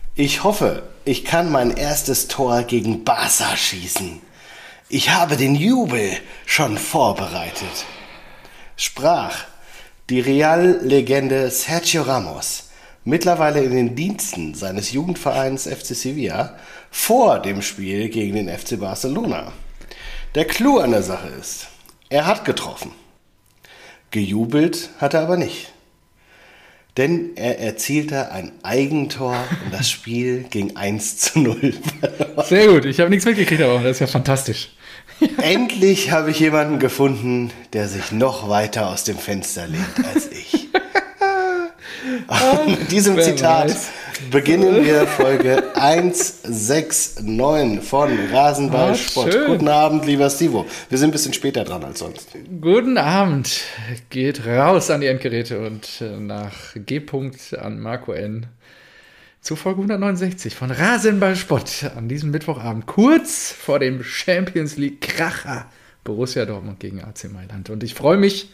Ich hoffe, ich kann mein erstes Tor gegen Barca schießen. Ich habe den Jubel schon vorbereitet. Sprach die Real-Legende Sergio Ramos, mittlerweile in den Diensten seines Jugendvereins FC Sevilla, vor dem Spiel gegen den FC Barcelona. Der Clou an der Sache ist, er hat getroffen. Gejubelt hat er aber nicht. Denn er erzielte ein Eigentor und das Spiel ging 1:0. Sehr gut, ich habe nichts mitgekriegt, aber das ist ja fantastisch. Endlich habe ich jemanden gefunden, der sich noch weiter aus dem Fenster lehnt als ich. Mit diesem Zitat beginnen wir Folge 169 von Rasenballsport. Guten Abend, lieber Stivo. Wir sind ein bisschen später dran als sonst. Guten Abend. Geht raus an die Endgeräte und nach G. an Marco N. zu Folge 169 von Rasenballsport an diesem Mittwochabend, kurz vor dem Champions League Kracher Borussia Dortmund gegen AC Mailand. Und ich freue mich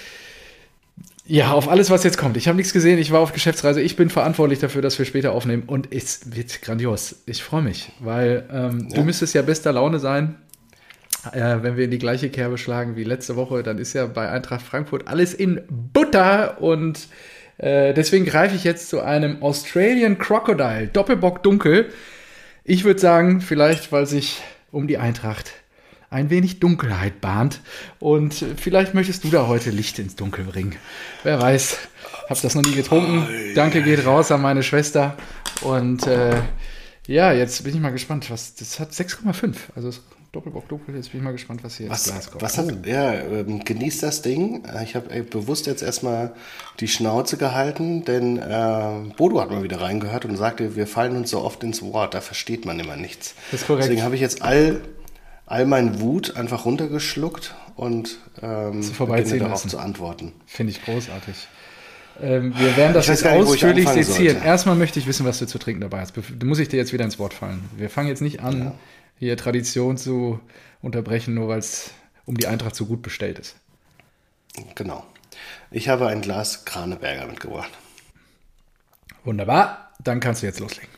auf alles, was jetzt kommt. Ich habe nichts gesehen, ich war auf Geschäftsreise, ich bin verantwortlich dafür, dass wir später aufnehmen und es wird grandios. Ich freue mich, weil du müsstest ja bester Laune sein, wenn wir in die gleiche Kerbe schlagen wie letzte Woche, dann ist ja bei Eintracht Frankfurt alles in Butter und deswegen greife ich jetzt zu einem Australian Crocodile, Doppelbock dunkel. Ich würde sagen, vielleicht, weil sich um die Eintracht ein wenig Dunkelheit bahnt. Und vielleicht möchtest du da heute Licht ins Dunkel bringen. Wer weiß, hab das noch nie getrunken. Danke geht raus an meine Schwester. Und jetzt bin ich mal gespannt, das hat 6,5. Also Doppelbock dunkel, jetzt bin ich mal gespannt, was hier ins Glas kommt. Genießt das Ding. Ich habe bewusst jetzt erstmal die Schnauze gehalten, denn Bodo hat mal wieder reingehört und sagte, wir fallen uns so oft ins Wort, da versteht man immer nichts. Das ist korrekt. Deswegen habe ich jetzt all meine Wut einfach runtergeschluckt und beginne darauf zu antworten. Finde ich großartig. Wir werden das jetzt ausführlich sezieren. Erstmal möchte ich wissen, was du zu trinken dabei hast. Da muss ich dir jetzt wieder ins Wort fallen. Wir fangen jetzt nicht an, hier Tradition zu unterbrechen, nur weil es um die Eintracht so gut bestellt ist. Genau. Ich habe ein Glas Kraneberger mitgebracht. Wunderbar, dann kannst du jetzt loslegen.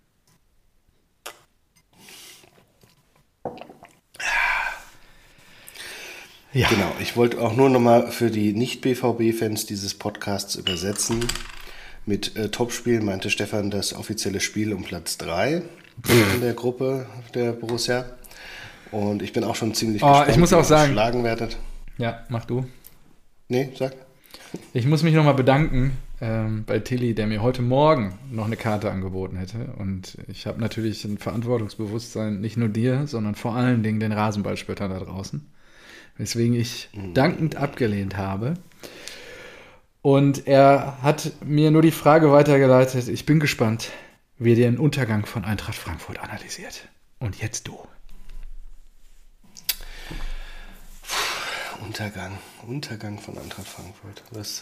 Ja. Genau, ich wollte auch nur nochmal für die Nicht-BVB-Fans dieses Podcasts übersetzen. Mit Topspiel meinte Stefan das offizielle Spiel um Platz 3 in der Gruppe der Borussia. Und ich bin auch schon ziemlich gespannt, ich muss auch sagen, geschlagen werdet. Ja, mach du. Nee, sag. Ich muss mich nochmal bedanken bei Tilly, der mir heute Morgen noch eine Karte angeboten hätte. Und ich habe natürlich ein Verantwortungsbewusstsein, nicht nur dir, sondern vor allen Dingen den Rasenballspöttern da draußen. Weswegen ich dankend abgelehnt habe. Und er hat mir nur die Frage weitergeleitet, ich bin gespannt, wie er den Untergang von Eintracht Frankfurt analysiert. Und jetzt du. Untergang von Eintracht Frankfurt.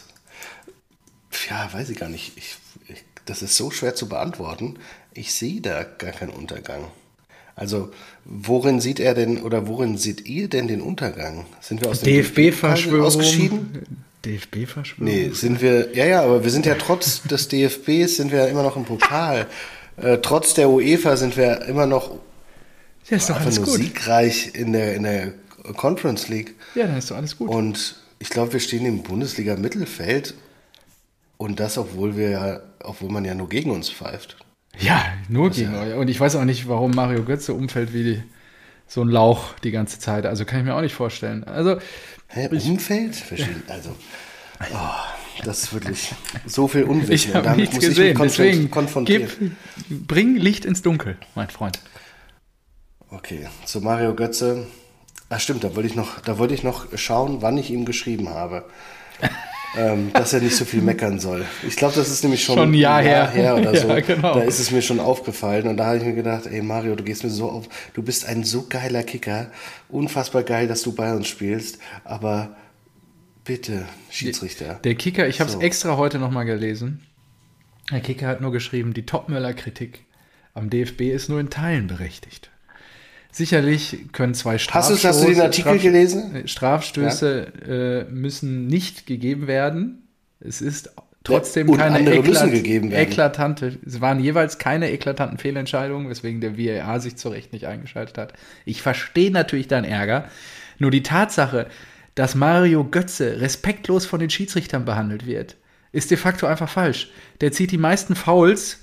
Weiß ich gar nicht. Das ist so schwer zu beantworten. Ich sehe da gar keinen Untergang. Also, worin seht ihr denn den Untergang? Sind wir aus dem DFB-Verschwörung ausgeschieden? DFB-Verschwörung? Nee, sind wir, aber wir sind ja trotz des DFBs sind wir immer noch im Pokal. Trotz der UEFA sind wir immer noch ist doch alles gut. Siegreich in der Conference League. Ja, dann ist doch alles gut. Und ich glaube, wir stehen im Bundesliga-Mittelfeld und das, obwohl man ja nur gegen uns pfeift. Ja, nur gegen euch. Und ich weiß auch nicht, warum Mario Götze umfällt wie so ein Lauch die ganze Zeit. Also kann ich mir auch nicht vorstellen. Also umfällt? Also, das ist wirklich so viel Unwissen. Ich habe nichts gesehen. Deswegen konfrontieren. Bring Licht ins Dunkel, mein Freund. Okay, zu Mario Götze. Stimmt, da wollte ich noch schauen, wann ich ihm geschrieben habe. Dass er nicht so viel meckern soll. Ich glaube, das ist nämlich schon ein Jahr her oder so. Ja, genau. Da ist es mir schon aufgefallen und da habe ich mir gedacht, ey Mario, du gehst mir so auf, du bist ein so geiler Kicker, unfassbar geil, dass du bei uns spielst, aber bitte, Schiedsrichter. Der Kicker, ich habe es extra heute nochmal gelesen, der Kicker hat nur geschrieben, die Topmöller-Kritik am DFB ist nur in Teilen berechtigt. Sicherlich können zwei Strafstöße, hast du den Artikel gelesen? Strafstöße müssen nicht gegeben werden. Es ist trotzdem und keine andere müssen gegeben werden. es waren jeweils keine eklatanten Fehlentscheidungen, weswegen der VAR sich zu Recht nicht eingeschaltet hat. Ich verstehe natürlich deinen Ärger, nur die Tatsache, dass Mario Götze respektlos von den Schiedsrichtern behandelt wird, ist de facto einfach falsch. Der zieht die meisten Fouls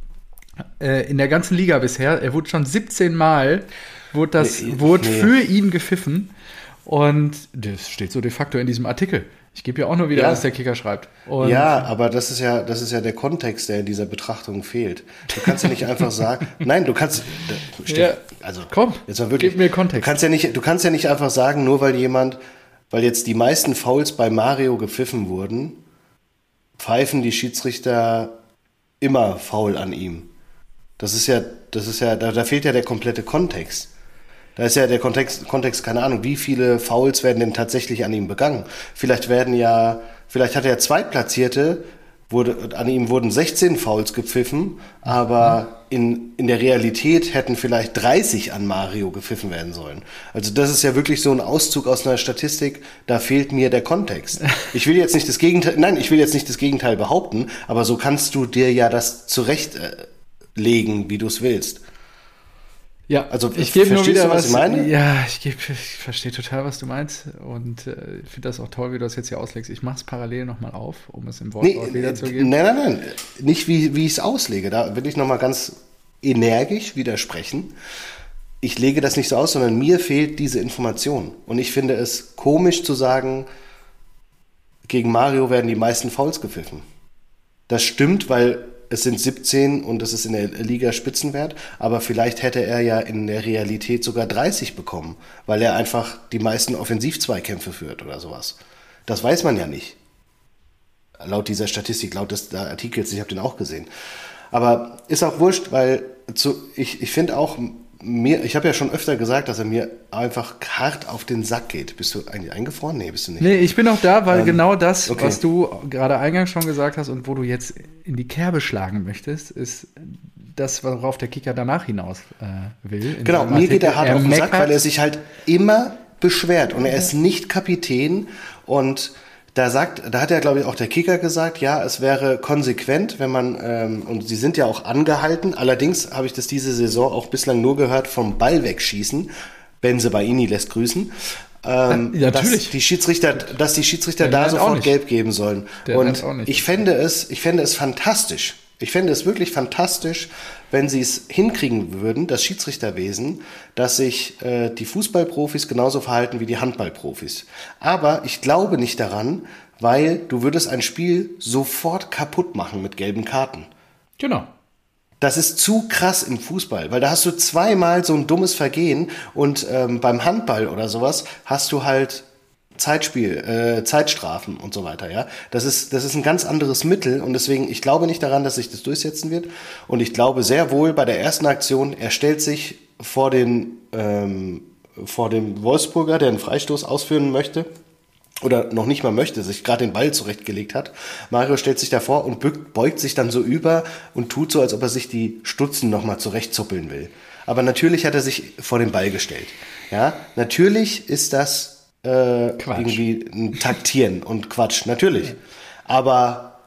in der ganzen Liga bisher. Er wurde schon 17 Mal für ihn gepfiffen. Und das steht so de facto in diesem Artikel. Ich gebe ja auch nur wieder, was der Kicker schreibt. Und ja, aber das ist ja der Kontext, der in dieser Betrachtung fehlt. Du kannst ja nicht einfach sagen, nein, du kannst, also komm, jetzt mal wirklich, gib mir Kontext. Du kannst ja nicht einfach sagen, nur weil jetzt die meisten Fouls bei Mario gepfiffen wurden, pfeifen die Schiedsrichter immer faul an ihm. Da fehlt ja der komplette Kontext. Da ist ja der Kontext, keine Ahnung, wie viele Fouls werden denn tatsächlich an ihm begangen? Vielleicht hat der Zweitplatzierte, an ihm wurden 16 Fouls gepfiffen, aber in der Realität hätten vielleicht 30 an Mario gepfiffen werden sollen. Also das ist ja wirklich so ein Auszug aus einer Statistik, da fehlt mir der Kontext. Ich will jetzt nicht das Gegenteil behaupten, aber so kannst du dir ja das zurechtlegen, wie du es willst. Ja, also ich gebe nur wieder was ich meine? Ja, ich verstehe total, was du meinst und ich finde das auch toll, wie du das jetzt hier auslegst. Ich mache es parallel nochmal auf, um es im Wortlaut wiederzugeben. Nein, nicht wie ich es auslege. Da will ich nochmal ganz energisch widersprechen. Ich lege das nicht so aus, sondern mir fehlt diese Information. Und ich finde es komisch zu sagen, gegen Mario werden die meisten Fouls gepfiffen. Das stimmt, weil es sind 17 und das ist in der Liga Spitzenwert, aber vielleicht hätte er ja in der Realität sogar 30 bekommen, weil er einfach die meisten Offensivzweikämpfe führt oder sowas. Das weiß man ja nicht. Laut dieser Statistik, laut des Artikels, ich habe den auch gesehen. Aber ist auch wurscht, weil ich finde auch, ich habe ja schon öfter gesagt, dass er mir einfach hart auf den Sack geht. Bist du eigentlich eingefroren? Nee, bist du nicht. Nee, ich bin auch da, weil genau das, okay, was du gerade eingangs schon gesagt hast und wo du jetzt in die Kerbe schlagen möchtest, ist das, worauf der Kicker danach hinaus will. Genau, mir geht er hart auf den Sack, weil er sich halt immer beschwert und er ist nicht Kapitän und da hat ja, glaube ich, auch der Kicker gesagt, ja, es wäre konsequent, wenn man, und sie sind ja auch angehalten, allerdings habe ich das diese Saison auch bislang nur gehört vom Ball wegschießen, Benze Baini lässt grüßen, dass die Schiedsrichter da sofort gelb geben sollen. Und ich fände es fantastisch. Ich fände es wirklich fantastisch, wenn sie es hinkriegen würden, das Schiedsrichterwesen, dass sich die Fußballprofis genauso verhalten wie die Handballprofis. Aber ich glaube nicht daran, weil du würdest ein Spiel sofort kaputt machen mit gelben Karten. Genau. Das ist zu krass im Fußball, weil da hast du zweimal so ein dummes Vergehen und beim Handball oder sowas hast du halt Zeitstrafen und so weiter, ja. Das ist ein ganz anderes Mittel und deswegen, ich glaube nicht daran, dass sich das durchsetzen wird und ich glaube sehr wohl bei der ersten Aktion, er stellt sich vor dem Wolfsburger, der einen Freistoß ausführen möchte oder noch nicht mal möchte, sich gerade den Ball zurechtgelegt hat. Mario stellt sich davor und beugt sich dann so über und tut so, als ob er sich die Stutzen nochmal zurechtzuppeln will. Aber natürlich hat er sich vor den Ball gestellt, ja. Natürlich ist das irgendwie ein Taktieren und Quatsch, natürlich. Aber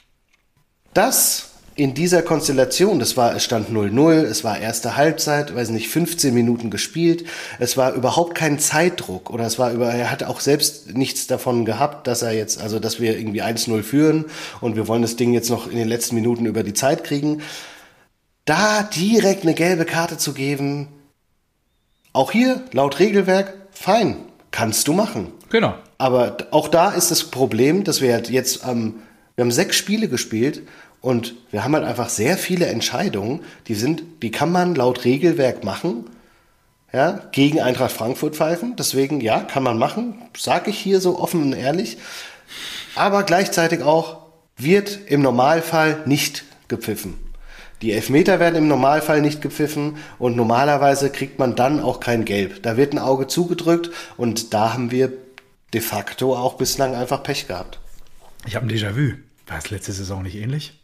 das in dieser Konstellation, es stand 0-0, es war erste Halbzeit, 15 Minuten gespielt, es war überhaupt kein Zeitdruck oder er hat auch selbst nichts davon gehabt, dass wir irgendwie 1-0 führen und wir wollen das Ding jetzt noch in den letzten Minuten über die Zeit kriegen. Da direkt eine gelbe Karte zu geben, auch hier, laut Regelwerk, fein. Kannst du machen. Genau. Aber auch da ist das Problem, dass wir halt jetzt, wir haben 6 Spiele gespielt und wir haben halt einfach sehr viele Entscheidungen, die kann man laut Regelwerk machen, ja, gegen Eintracht Frankfurt pfeifen. Deswegen, ja, kann man machen, sage ich hier so offen und ehrlich. Aber gleichzeitig auch wird im Normalfall nicht gepfiffen. Die Elfmeter werden im Normalfall nicht gepfiffen und normalerweise kriegt man dann auch kein Gelb. Da wird ein Auge zugedrückt und da haben wir de facto auch bislang einfach Pech gehabt. Ich habe ein Déjà-vu. War es letzte Saison nicht ähnlich?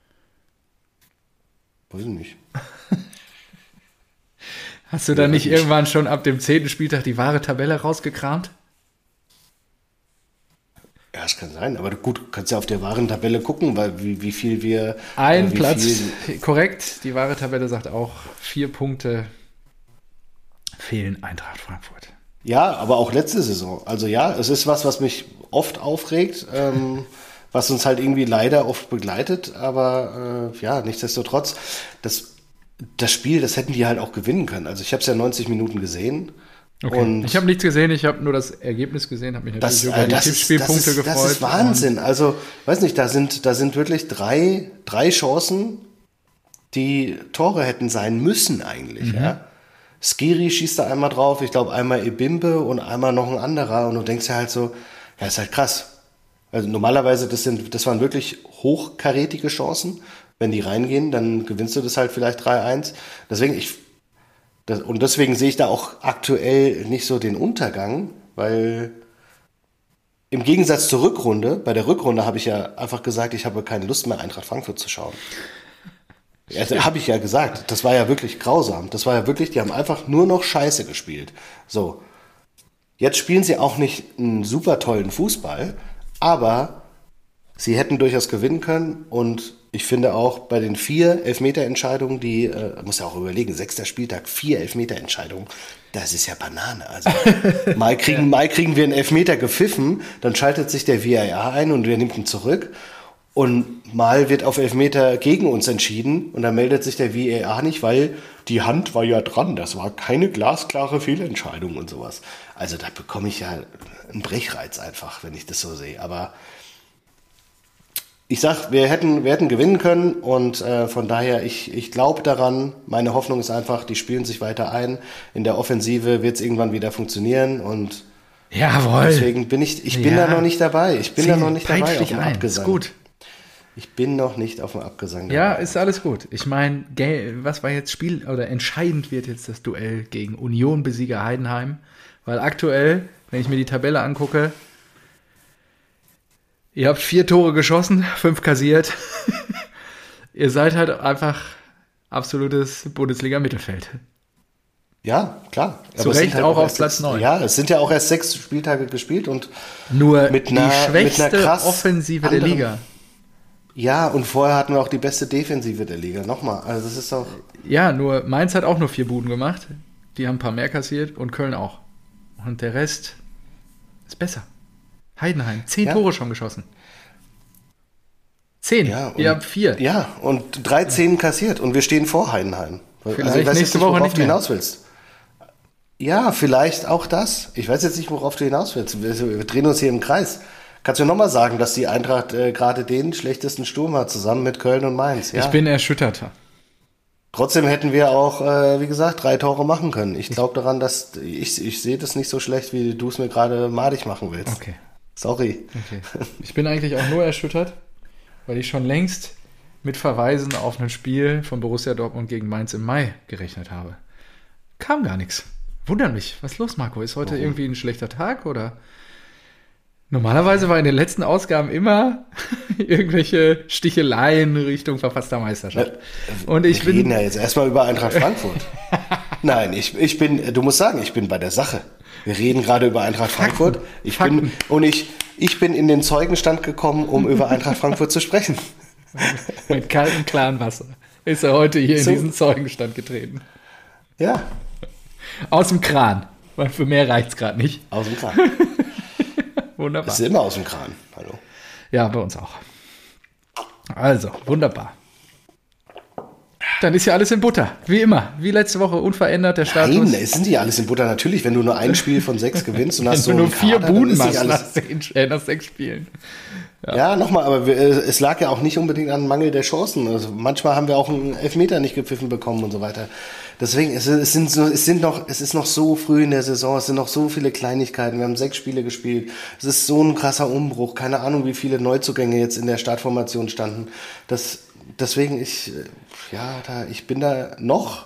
Weiß ich nicht. Hast du da nicht irgendwann schon ab dem 10. Spieltag die wahre Tabelle rausgekramt? Ja, das das kann sein. Aber gut, du kannst ja auf der wahren Tabelle gucken, weil wie viel wir... Ein Platz, korrekt. Die wahre Tabelle sagt auch, 4 Punkte fehlen Eintracht Frankfurt. Ja, aber auch letzte Saison. Also ja, es ist was mich oft aufregt, was uns halt irgendwie leider oft begleitet. Aber ja, nichtsdestotrotz, das Spiel, das hätten die halt auch gewinnen können. Also ich habe es ja 90 Minuten gesehen. Okay. Und ich habe nichts gesehen, ich habe nur das Ergebnis gesehen, habe mich natürlich über die Tippspielpunkte gefreut. Das ist Wahnsinn. Also, weiß nicht, da sind wirklich drei Chancen, die Tore hätten sein müssen eigentlich. Ja? Skiri schießt da einmal drauf, ich glaube einmal Ebimbe und einmal noch ein anderer. Und du denkst ja halt so, ja, ist halt krass. Also normalerweise, das waren wirklich hochkarätige Chancen. Wenn die reingehen, dann gewinnst du das halt vielleicht 3-1. Deswegen sehe ich da auch aktuell nicht so den Untergang, weil im Gegensatz zur Rückrunde, bei der Rückrunde habe ich ja einfach gesagt, ich habe keine Lust mehr, Eintracht Frankfurt zu schauen. Also, habe ich ja gesagt, das war ja wirklich grausam. Das war ja wirklich, die haben einfach nur noch Scheiße gespielt. So, jetzt spielen sie auch nicht einen super tollen Fußball, aber sie hätten durchaus gewinnen können und ich finde auch bei den 4 Elfmeterentscheidungen, muss ja auch überlegen, 6. Spieltag, 4 Elfmeterentscheidungen, das ist ja Banane. Also mal kriegen wir einen Elfmeter gepfiffen, dann schaltet sich der VAR ein und wir nehmen ihn zurück und mal wird auf Elfmeter gegen uns entschieden und dann meldet sich der VAR nicht, weil die Hand war ja dran, das war keine glasklare Fehlentscheidung und sowas. Also da bekomme ich ja einen Brechreiz einfach, wenn ich das so sehe, aber ich sag, wir hätten gewinnen können und von daher, ich glaube daran, meine Hoffnung ist einfach, die spielen sich weiter ein, in der Offensive wird es irgendwann wieder funktionieren und jawohl. Deswegen bin ich bin da noch nicht dabei. Ich bin da noch nicht dabei auf dem Ist Abgesang. gut. Ich bin noch nicht auf dem Abgesang dabei. Ja, ist alles gut. Ich meine, was war jetzt entscheidend wird jetzt das Duell gegen Union-Besieger Heidenheim, weil aktuell, wenn ich mir die Tabelle angucke, ihr habt 4 Tore geschossen, 5 kassiert. Ihr seid halt einfach absolutes Bundesliga-Mittelfeld. Ja, klar. Zu Recht halt auch auf Platz 9. Ja, es sind ja auch erst 6 Spieltage gespielt und nur die schwächste Offensive der Liga. Ja, und vorher hatten wir auch die beste Defensive der Liga. Nochmal, also das ist doch... Ja, nur Mainz hat auch nur 4 Buden gemacht. Die haben ein paar mehr kassiert und Köln auch. Und der Rest ist besser. Heidenheim, 10 Tore schon geschossen. 10, ja, ihr habt 4. Ja, und 13 kassiert und wir stehen vor Heidenheim. Vielleicht also ich weiß nächste Woche nicht mehr. Du hinaus willst. Ja, vielleicht auch das. Ich weiß jetzt nicht, worauf du hinaus willst. Wir drehen uns hier im Kreis. Kannst du nochmal sagen, dass die Eintracht gerade den schlechtesten Sturm hat, zusammen mit Köln und Mainz? Ja. Ich bin erschüttert. Trotzdem hätten wir auch, wie gesagt, 3 Tore machen können. Ich glaube daran, dass ich sehe das nicht so schlecht, wie du es mir gerade madig machen willst. Okay. Sorry. Okay. Ich bin eigentlich auch nur erschüttert, weil ich schon längst mit Verweisen auf ein Spiel von Borussia Dortmund gegen Mainz im Mai gerechnet habe. Kam gar nichts. Wundert mich. Was ist los, Marco? Ist heute irgendwie ein schlechter Tag oder? Normalerweise war in den letzten Ausgaben immer irgendwelche Sticheleien Richtung verpasster Meisterschaft. Und wir reden ja jetzt erstmal über Eintracht Frankfurt. Nein, du musst sagen, ich bin bei der Sache. Wir reden gerade über Eintracht Frankfurt. Ich bin in den Zeugenstand gekommen, um über Eintracht Frankfurt zu sprechen. Mit kaltem, klaren Wasser ist er heute hier in diesen Zeugenstand getreten. Ja. Aus dem Kran, weil für mehr reicht es gerade nicht. Aus dem Kran. Wunderbar. Das ist immer aus dem Kran. Hallo. Ja, bei uns auch. Also, wunderbar. Dann ist ja alles in Butter. Wie immer. Wie letzte Woche unverändert der Status. Nein, es sind ja alles in Butter. Natürlich, wenn du nur ein Spiel von 6 gewinnst und hast so wenn du nur 4 Buden machst nach 6 Spielen. Ja, nochmal, aber es lag ja auch nicht unbedingt an Mangel der Chancen. Also manchmal haben wir auch einen Elfmeter nicht gepfiffen bekommen und so weiter. Deswegen, es ist noch so früh in der Saison, es sind noch so viele Kleinigkeiten. Wir haben 6 Spiele gespielt. Es ist so ein krasser Umbruch. Keine Ahnung, wie viele Neuzugänge jetzt in der Startformation standen. Deswegen, ich bin da noch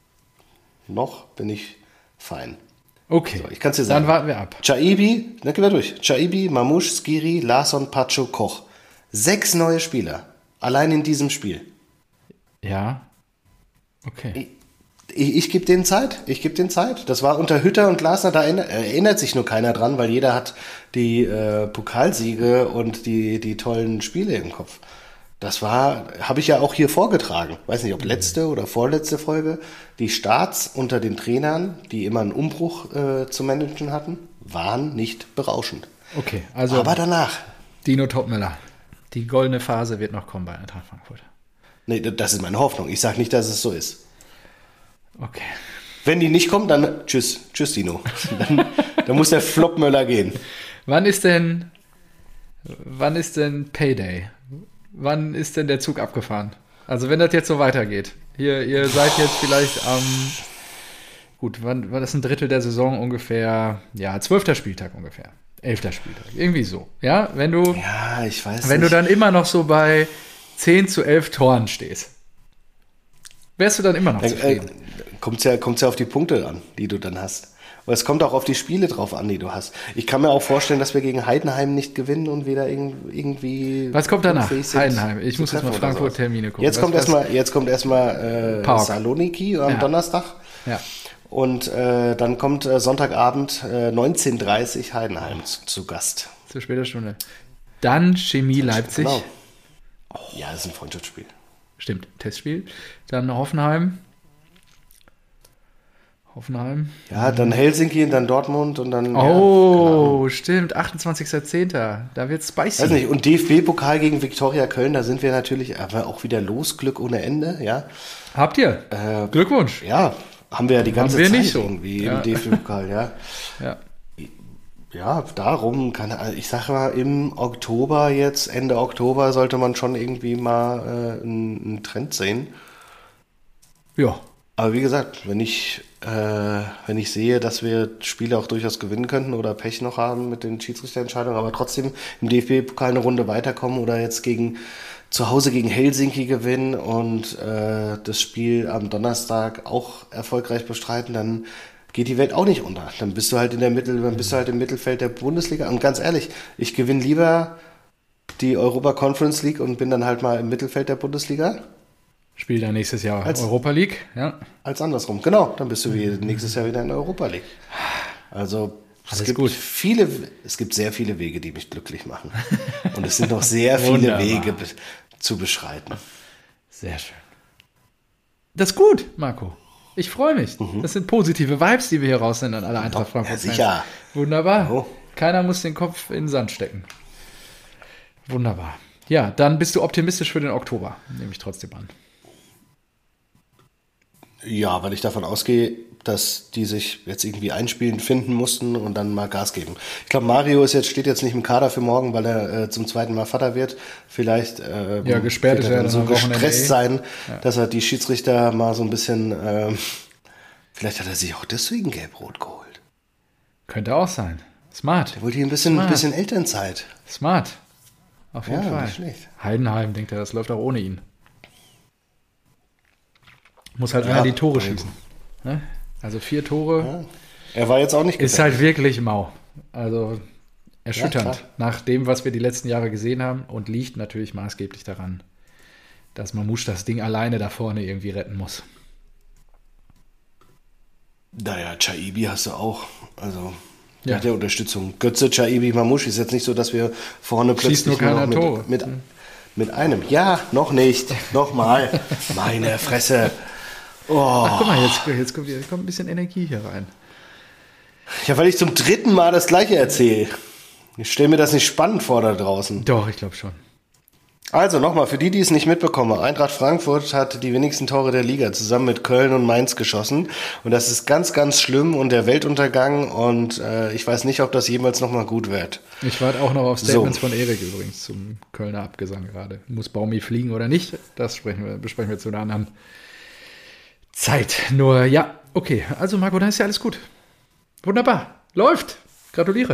bin ich fein. Okay, so, ich kann es dir sagen. Dann warten wir ab. Chaibi, gehen wir durch. Chaibi, Mamouche, Skiri, Larsson, Pacho, Koch. 6 neue Spieler. Allein in diesem Spiel. Ja. Okay. Ich gebe denen Zeit. Das war unter Hütter und Glasner, da erinnert sich nur keiner dran, weil jeder hat die Pokalsiege und die tollen Spiele im Kopf. Das habe ich ja auch hier vorgetragen. Weiß nicht, ob letzte oder vorletzte Folge. Die Starts unter den Trainern, die immer einen Umbruch zu managen hatten, waren nicht berauschend. Okay, also aber danach. Dino Topmöller. Die goldene Phase wird noch kommen bei Eintracht Frankfurt. Nee, das ist meine Hoffnung. Ich sage nicht, dass es so ist. Okay. Wenn die nicht kommt, dann tschüss Dino. Dann muss der Flopmöller gehen. Wann ist denn Payday? Wann ist denn der Zug abgefahren? Also wenn das jetzt so weitergeht. Ihr seid jetzt vielleicht gut, wann war das ein Drittel der Saison ungefähr? Ja, 12. Spieltag ungefähr. 11. Spieltag. Irgendwie so. Ja, Ja, ich weiß wenn nicht. du dann immer noch so bei 10 zu 11 Toren stehst, wärst du dann immer noch zufrieden? Kommt's ja auf die Punkte an, die du dann hast. Aber es kommt auch auf die Spiele drauf an, die du hast. Ich kann mir auch vorstellen, dass wir gegen Heidenheim nicht gewinnen und wieder irgendwie. Was kommt danach? Heidenheim. Ich muss jetzt mal Frankfurt-Termine gucken. Jetzt kommt erstmal Saloniki am Donnerstag. Ja. Und dann kommt Sonntagabend 19:30 Uhr Heidenheim zu Gast. Zu später Stunde. Dann Chemie Leipzig. Genau. Ja, das ist ein Freundschaftsspiel. Stimmt, Testspiel. Dann Hoffenheim. Ja, dann Helsinki und dann Dortmund und dann. Stimmt, 28.10. Da wird spicy. Weiß nicht, und DFB-Pokal gegen Viktoria Köln, da sind wir natürlich aber auch wieder Losglück ohne Ende, ja. Habt ihr? Glückwunsch. Ja, haben wir ja die ganze Haben wir Zeit nicht so. irgendwie im DFB-Pokal, ja. Ja. Ja, darum ich sage mal, im Oktober jetzt, Ende Oktober, sollte man schon irgendwie mal einen Trend sehen. Ja. Aber wie gesagt, wenn ich sehe, dass wir Spiele auch durchaus gewinnen könnten oder Pech noch haben mit den Schiedsrichterentscheidungen, aber trotzdem im DFB-Pokal eine Runde weiterkommen oder jetzt zu Hause gegen Helsinki gewinnen und das Spiel am Donnerstag auch erfolgreich bestreiten, dann geht die Welt auch nicht unter. Dann bist du halt im Mittelfeld der Bundesliga. Und ganz ehrlich, ich gewinne lieber die Europa Conference League und bin dann halt mal im Mittelfeld der Bundesliga. Spiel dann nächstes Jahr Europa League, ja. Als andersrum, genau. Dann bist du nächstes Jahr wieder in der Europa League. Also es gibt sehr viele Wege, die mich glücklich machen. Und es sind noch sehr viele Wege zu beschreiten. Sehr schön. Das ist gut, Marco. Ich freue mich. Das sind positive Vibes, die wir hier raussenden an alle Eintracht Frankfurt. Ja, sicher. Wunderbar. Oh. Keiner muss den Kopf in den Sand stecken. Wunderbar. Ja, dann bist du optimistisch für den Oktober, nehme ich trotzdem an. Ja, weil ich davon ausgehe, dass die sich jetzt irgendwie einspielen, finden mussten und dann mal Gas geben. Ich glaube, Mario steht jetzt nicht im Kader für morgen, weil er zum zweiten Mal Vater wird. Vielleicht gesperrt ist er dann so gestresst sein, ja, dass er die Schiedsrichter mal so ein bisschen, vielleicht hat er sich auch deswegen Gelb-Rot geholt. Könnte auch sein. Smart. Er wollte hier ein bisschen Elternzeit. Smart. Auf jeden Fall. Nicht schlecht. Heidenheim, denkt er, das läuft auch ohne ihn. Muss halt einer die Tore schießen. Ne? Also 4 Tore. Ja. Er war jetzt auch nicht ist halt wirklich mau. Also erschütternd. Nach dem, was wir die letzten Jahre gesehen haben und liegt natürlich maßgeblich daran, dass Mamouche das Ding alleine da vorne irgendwie retten muss. Naja, Chaibi hast du auch. Also der hat ja Unterstützung. Götze, Chaibi, Mamouche ist jetzt nicht so, dass wir vorne schießt nur keiner Tore. Mit einem. Ja, noch nicht. Nochmal. Meine Fresse. Oh. Ach, guck mal, jetzt kommt ein bisschen Energie hier rein. Ja, weil ich zum 3. Mal das Gleiche erzähle. Ich stelle mir das nicht spannend vor da draußen. Doch, ich glaube schon. Also nochmal, für die es nicht mitbekommen, Eintracht Frankfurt hat die wenigsten Tore der Liga zusammen mit Köln und Mainz geschossen. Und das ist ganz, ganz schlimm und der Weltuntergang. Und ich weiß nicht, ob das jemals nochmal gut wird. Ich warte auch noch auf Statements von Erik übrigens zum Kölner Abgesang gerade. Muss Baumi fliegen oder nicht? Das besprechen wir zu einer anderen Zeit. Nur, ja, okay. Also Marco, dann ist ja alles gut. Wunderbar. Läuft. Gratuliere.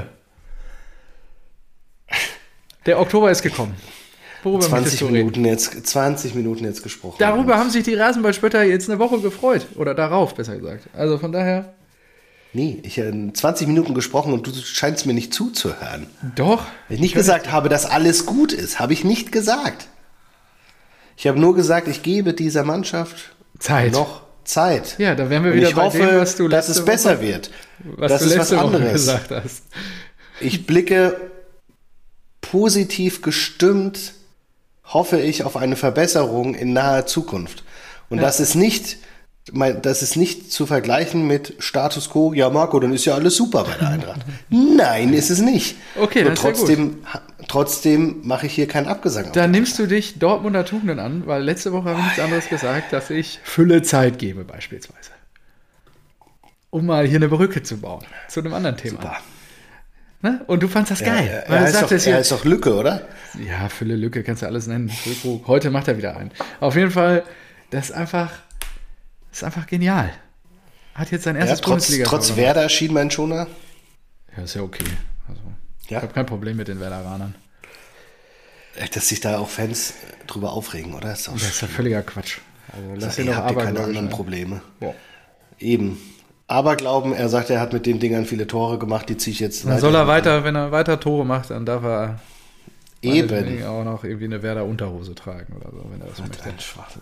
Der Oktober ist gekommen. Worüber 20 Minuten jetzt gesprochen. Darüber haben sich die Rasenballspötter jetzt eine Woche gefreut. Oder darauf, besser gesagt. Also von daher. Nee, ich habe 20 Minuten gesprochen und du scheinst mir nicht zuzuhören. Doch. Wenn ich nicht gesagt habe, dass alles gut ist, habe ich nicht gesagt. Ich habe nur gesagt, ich gebe dieser Mannschaft Zeit. noch Zeit. Ja, da wären wir Und wieder ich bei hoffe, dem, was du dass es besser wird. Das ist was anderes. gesagt hast. Ich blicke positiv gestimmt, hoffe ich, auf eine Verbesserung in naher Zukunft. Und das ist nicht zu vergleichen mit Status Quo. Ja, Marco, dann ist ja alles super bei der Eintracht. Nein, ist es nicht. Okay, und das ist ja gut. Trotzdem mache ich hier keinen Abgesang. Da nimmst du dich Dortmunder Tugenden an, weil letzte Woche habe ich nichts anderes gesagt, dass ich Fülle Zeit gebe beispielsweise. Um mal hier eine Brücke zu bauen zu einem anderen Thema. Super. Ne? Und du fandst das geil. Er heißt doch Lücke, oder? Ja, Fülle Lücke kannst du alles nennen. Heute macht er wieder einen. Auf jeden Fall, das ist einfach genial. Hat jetzt sein erstes Bundesliga. Trotz Werder schien mein Schoner. Ja, ist ja okay. Also, ich habe kein Problem mit den Werderanern. Dass sich da auch Fans drüber aufregen, oder? Das ist ja völliger Quatsch. Also, lass ihr habt keine anderen Probleme. Boah. Eben. Aberglauben, er sagt, er hat mit den Dingern viele Tore gemacht, die ziehe ich jetzt dann wenn er weiter Tore macht, dann darf er auch noch irgendwie eine Werder-Unterhose tragen oder so, wenn er das möchte. Ein Schwachsinn.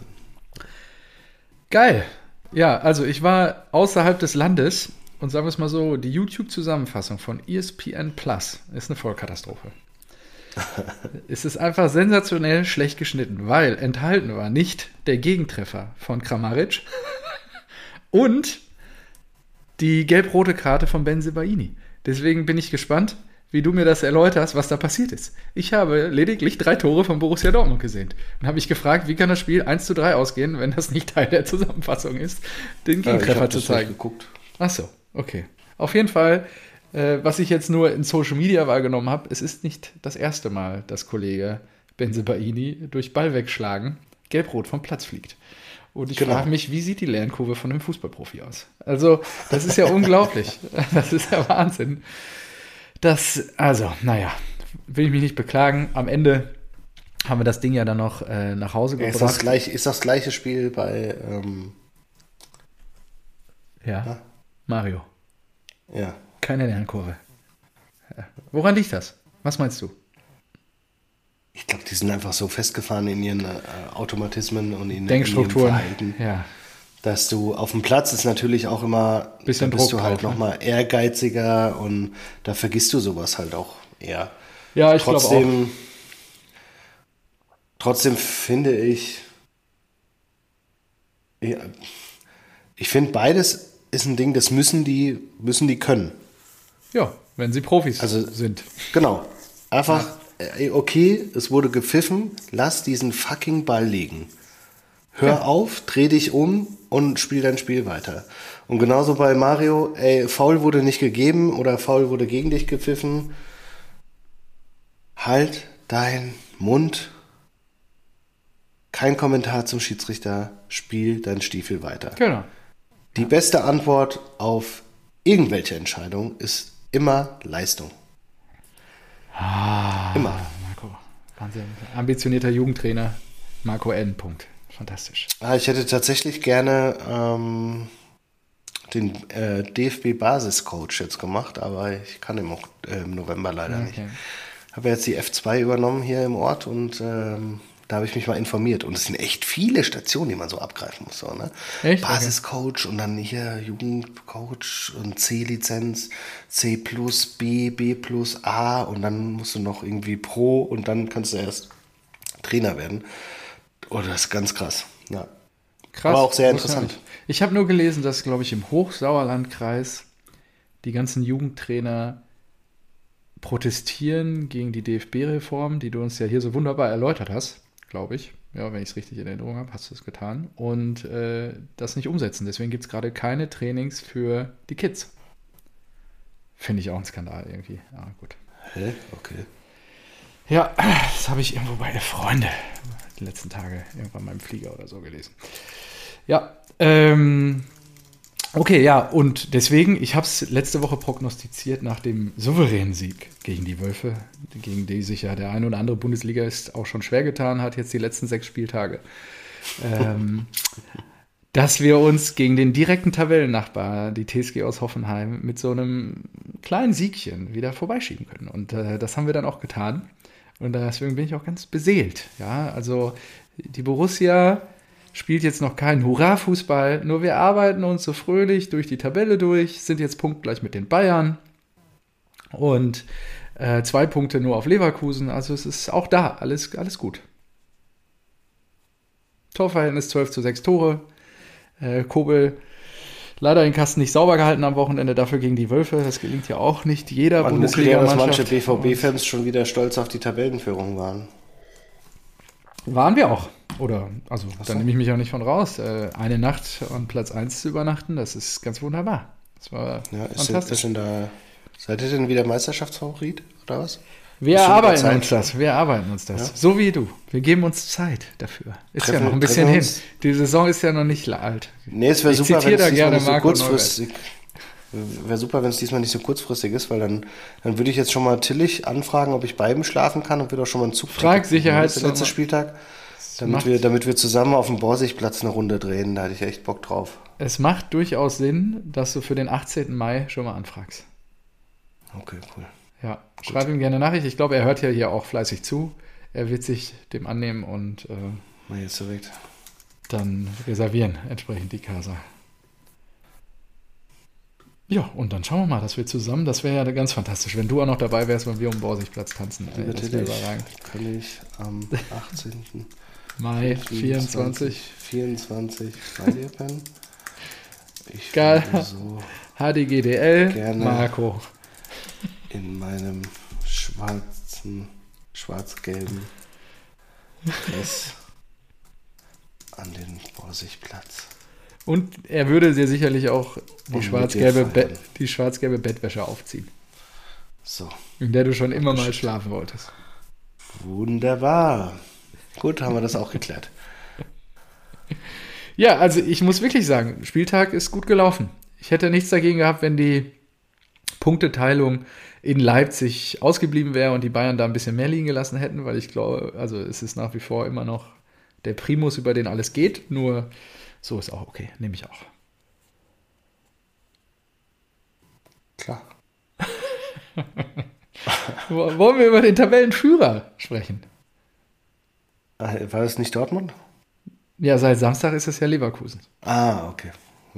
Geil. Ja, also ich war außerhalb des Landes und sagen wir es mal so, die YouTube-Zusammenfassung von ESPN Plus ist eine Vollkatastrophe. Es ist einfach sensationell schlecht geschnitten, weil enthalten war nicht der Gegentreffer von Kramaric und die gelb-rote Karte von Bensebaini. Deswegen bin ich gespannt, wie du mir das erläuterst, was da passiert ist. Ich habe lediglich 3 Tore von Borussia Dortmund gesehen. Dann habe ich gefragt, wie kann das Spiel 1:3 ausgehen, wenn das nicht Teil der Zusammenfassung ist, den Gegentreffer zu zeigen. Nicht geguckt. Ach so, okay. Auf jeden Fall, was ich jetzt nur in Social Media wahrgenommen habe, es ist nicht das erste Mal, dass Kollege Bensebaini durch Ball wegschlagen gelb-rot vom Platz fliegt. Und ich frage mich, wie sieht die Lernkurve von einem Fußballprofi aus? Also, das ist ja unglaublich. Das ist ja Wahnsinn. Will ich mich nicht beklagen. Am Ende haben wir das Ding ja dann noch nach Hause gebracht. Ist das gleiche Spiel bei Mario. Ja. Keine Lernkurve. Ja. Woran liegt das? Was meinst du? Ich glaube, die sind einfach so festgefahren in ihren Automatismen und in Denkstrukturen. ihrem Verhalten, ja. Dass du auf dem Platz ist natürlich auch immer, bisschen da bist Druck du halt drauf, nochmal ehrgeiziger und da vergisst du sowas halt auch eher. Ja, ich glaube auch. Trotzdem finde ich finde beides ist ein Ding, das müssen die können. Ja, wenn sie Profis sind. Genau. Einfach, okay, es wurde gepfiffen, lass diesen fucking Ball liegen. Hör auf, dreh dich um und spiel dein Spiel weiter. Und genauso bei Mario, Foul wurde nicht gegeben oder Foul wurde gegen dich gepfiffen. Halt dein Mund. Kein Kommentar zum Schiedsrichter, spiel dein Stiefel weiter. Genau. Die beste Antwort auf irgendwelche Entscheidung ist immer Leistung. Immer. Marco, Wahnsinn. Ambitionierter Jugendtrainer, Marco N. Punkt. Fantastisch. Ich hätte tatsächlich gerne den DFB-Basiscoach jetzt gemacht, aber ich kann im November leider nicht. Ich habe jetzt die F2 übernommen hier im Ort und da habe ich mich mal informiert. Und es sind echt viele Stationen, die man so abgreifen muss. So, ne? Echt? Basiscoach und dann hier Jugendcoach und C-Lizenz, C+, B, B+, A und dann musst du noch irgendwie Pro und dann kannst du erst Trainer werden. Oh, das ist ganz krass. Ja. Krass. Aber auch sehr interessant. Ich habe nur gelesen, dass, glaube ich, im Hochsauerlandkreis die ganzen Jugendtrainer protestieren gegen die DFB-Reform, die du uns ja hier so wunderbar erläutert hast, glaube ich. Ja, wenn ich es richtig in Erinnerung habe, hast du es getan. Und das nicht umsetzen. Deswegen gibt es gerade keine Trainings für die Kids. Finde ich auch ein Skandal irgendwie. Ja, gut. Hä? Okay. Ja, das habe ich irgendwo bei Freunde die letzten Tage irgendwann mal im Flieger oder so gelesen. Ja, okay, ja, und deswegen, ich habe es letzte Woche prognostiziert nach dem souveränen Sieg gegen die Wölfe, gegen die sich ja der eine oder andere Bundesligist auch schon schwer getan hat, jetzt die letzten 6 Spieltage, dass wir uns gegen den direkten Tabellennachbar, die TSG aus Hoffenheim, mit so einem kleinen Siegchen wieder vorbeischieben können. Und das haben wir dann auch getan. Und deswegen bin ich auch ganz beseelt. Ja, also die Borussia spielt jetzt noch keinen Hurra-Fußball, nur wir arbeiten uns so fröhlich durch die Tabelle durch, sind jetzt punktgleich mit den Bayern und 2 Punkte nur auf Leverkusen, also es ist auch da alles gut. Torverhältnis 12:6 Tore, Kobel leider den Kasten nicht sauber gehalten am Wochenende, dafür gegen die Wölfe, das gelingt ja auch nicht jeder Bundesliga-Mannschaft. Man munkelt ja, dass manche BVB-Fans schon wieder stolz auf die Tabellenführung waren. Waren wir auch. Da nehme ich mich auch nicht von raus. Eine Nacht an Platz 1 zu übernachten, das ist ganz wunderbar. Das war fantastisch. Seid ihr denn wieder Meisterschaftsfavorit oder was? Wir erarbeiten uns das. Ja? So wie du. Wir geben uns Zeit dafür. Ist ja noch ein bisschen hin. Die Saison ist ja noch nicht alt. Nee, es wäre super, wenn es diesmal nicht so kurzfristig Wäre super, wenn es diesmal nicht so kurzfristig ist, weil dann würde ich jetzt schon mal Tillich anfragen, ob ich bei ihm schlafen kann und wird auch schon mal einen Zug Sicherheits der letzte Spieltag, damit wir zusammen auf dem Borsigplatz eine Runde drehen. Da hatte ich echt Bock drauf. Es macht durchaus Sinn, dass du für den 18. Mai schon mal anfragst. Okay, cool. Ja, schreib ihm gerne Nachricht. Ich glaube, er hört ja hier auch fleißig zu. Er wird sich dem annehmen und jetzt direkt dann reservieren entsprechend die Casa. Ja, und dann schauen wir mal, dass wir zusammen, das wäre ja ganz fantastisch, wenn du auch noch dabei wärst, wenn wir um den Borsigplatz tanzen. Das wäre überragend. Kann ich am 18. Mai 24 bei dir pennen? Geil. So HDGDL, gerne Marco. In meinem schwarz-gelben Dress an den Borsigplatz. Und er würde dir sicherlich auch die schwarz-gelbe Bettwäsche aufziehen. So. In der du schon immer mal schlafen wolltest. Wunderbar. Gut, haben wir das auch geklärt. Ja, also ich muss wirklich sagen, Spieltag ist gut gelaufen. Ich hätte nichts dagegen gehabt, wenn die Punkteteilung in Leipzig ausgeblieben wäre und die Bayern da ein bisschen mehr liegen gelassen hätten, weil ich glaube, also es ist nach wie vor immer noch der Primus, über den alles geht, nur so ist auch okay, nehme ich auch. Klar. Wollen wir über den Tabellenführer sprechen? War das nicht Dortmund? Ja, seit Samstag ist es ja Leverkusen. Ah, okay. Ja.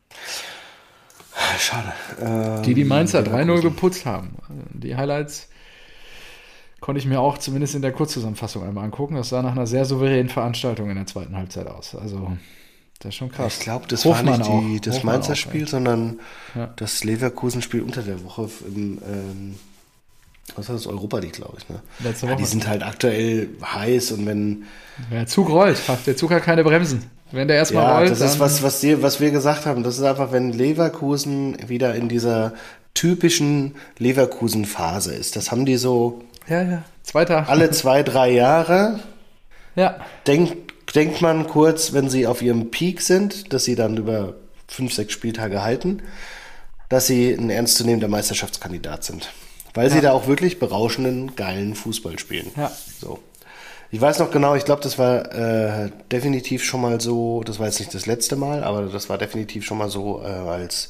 Schade. Die Mainzer 3-0 geputzt haben. Die Highlights konnte ich mir auch zumindest in der Kurzzusammenfassung einmal angucken. Das sah nach einer sehr souveränen Veranstaltung in der zweiten Halbzeit aus. Also das ist schon krass. Ich glaube, das war nicht das Mainzer Spiel, sondern das Leverkusen-Spiel unter der Woche im was war das? Europa League, glaube ich. Ne? Letzte Woche. Die sind halt aktuell heiß und wenn der Zug rollt, der Zug hat keine Bremsen. Wenn der erstmal rollt, das ist was wir gesagt haben. Das ist einfach, wenn Leverkusen wieder in dieser typischen Leverkusen-Phase ist. Das haben die so alle 2-3 Jahre. Ja. Denkt man kurz, wenn sie auf ihrem Peak sind, dass sie dann über 5-6 Spieltage halten, dass sie ein ernstzunehmender Meisterschaftskandidat sind. Weil sie da auch wirklich berauschenden, geilen Fußball spielen. Ja. So. Ich weiß noch genau, ich glaube, das war definitiv schon mal so, das war jetzt nicht das letzte Mal, aber das war definitiv schon mal so, als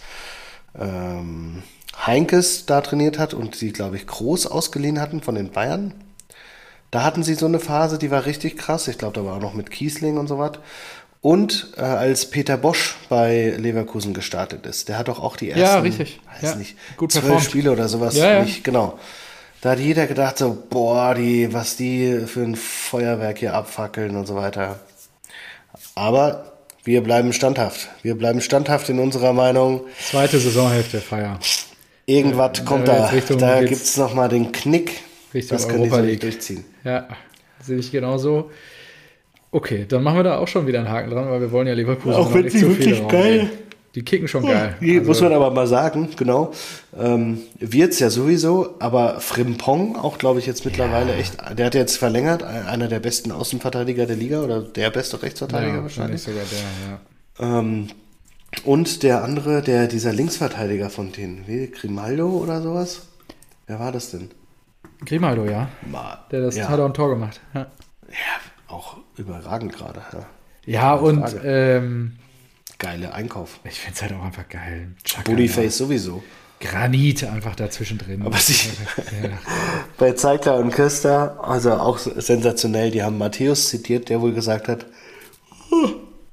Heinkes da trainiert hat und sie, glaube ich, Groß ausgeliehen hatten von den Bayern. Da hatten sie so eine Phase, die war richtig krass. Ich glaube, da war auch noch mit Kiesling und so was. Und als Peter Bosch bei Leverkusen gestartet ist, der hat doch auch die ersten, gut 12 performt. Spiele oder sowas. Nicht, genau. Da hat jeder gedacht so, was die für ein Feuerwerk hier abfackeln und so weiter. Aber wir bleiben standhaft. Wir bleiben standhaft in unserer Meinung. Zweite Saisonhälfte, Feier. Irgendwas kommt da. Da gibt es nochmal den Knick. Richtung das Europa League durchziehen. Ja, sehe ich genauso. Okay, dann machen wir da auch schon wieder einen Haken dran, weil wir wollen ja Leverkusen auch wenn sie wirklich geil. Die kicken schon geil. Muss man aber mal sagen, genau. Wird's ja sowieso, aber Frimpong auch, glaube ich, jetzt mittlerweile echt, der hat jetzt verlängert, einer der besten Außenverteidiger der Liga oder der beste Rechtsverteidiger wahrscheinlich. Sogar der, ja. Und der andere, dieser Linksverteidiger von denen, wie Grimaldo oder sowas? Wer war das denn? Grimaldo, ja. Der hat auch ein Tor gemacht. Ja, auch überragend gerade. Ja, und geile Einkauf. Ich finde es halt auch einfach geil. Bodyface sowieso. Granit einfach dazwischen drin. Aber bei Zeigler und Köster, also auch sensationell, die haben Matthäus zitiert, der wohl gesagt hat,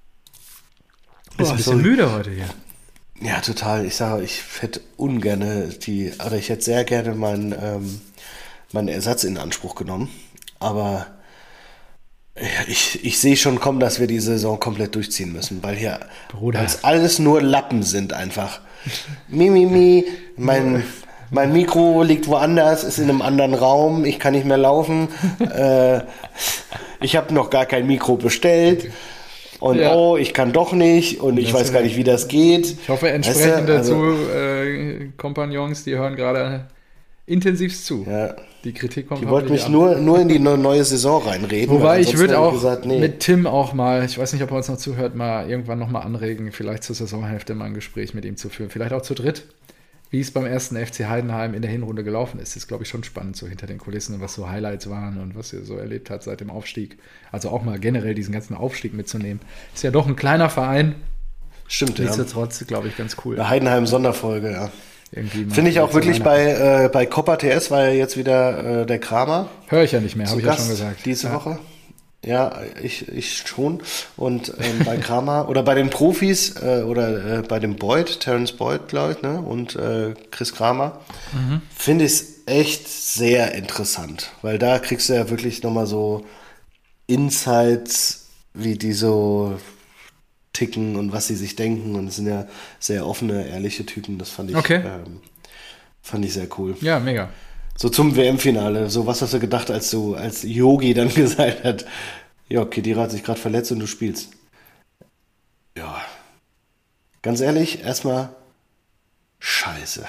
Bist ein bisschen müde heute hier. Ja, total. Ich sage, ich hätte sehr gerne meinen Ersatz in Anspruch genommen. Aber ja, ich sehe schon kommen, dass wir die Saison komplett durchziehen müssen, weil hier alles nur Lappen sind einfach. Mein Mikro liegt woanders, ist in einem anderen Raum, ich kann nicht mehr laufen. Ich habe noch gar kein Mikro bestellt. Und ich kann doch nicht und ich weiß gar nicht, wie das geht. Ich hoffe, entsprechende Kompagnons, die hören gerade intensivst zu. Ja. Die Kritik kommt. Die wollten mich nur in die neue Saison reinreden. Wobei ich würde auch mit Tim auch mal, ich weiß nicht, ob er uns noch zuhört, mal irgendwann nochmal anregen, vielleicht zur Saisonhälfte mal ein Gespräch mit ihm zu führen. Vielleicht auch zu dritt. Wie es beim ersten FC Heidenheim in der Hinrunde gelaufen ist glaube ich, schon spannend, so hinter den Kulissen und was so Highlights waren und was er so erlebt hat seit dem Aufstieg. Also auch mal generell diesen ganzen Aufstieg mitzunehmen. Ist ja doch ein kleiner Verein. Stimmt, nichtsdestotrotz, glaube ich, ganz cool. Eine Heidenheim-Sonderfolge, ja. Finde ich auch wirklich bei Copper TS war ja jetzt wieder der Kramer. Höre ich ja nicht mehr, habe ich ja schon gesagt. Diese Woche. Ja, ich schon. Und bei Kramer oder bei den Profis bei dem Terence Boyd, glaube ich, ne? Und Chris Kramer, finde ich es echt sehr interessant, weil da kriegst du ja wirklich nochmal so Insights, wie die so ticken und was sie sich denken. Und es sind ja sehr offene, ehrliche Typen. Das fand ich sehr cool. Ja, mega. So zum WM-Finale. So, was hast du gedacht, als Yogi dann gesagt hat, ja, Khedira hat sich gerade verletzt und du spielst? Ja. Ganz ehrlich, erstmal Scheiße.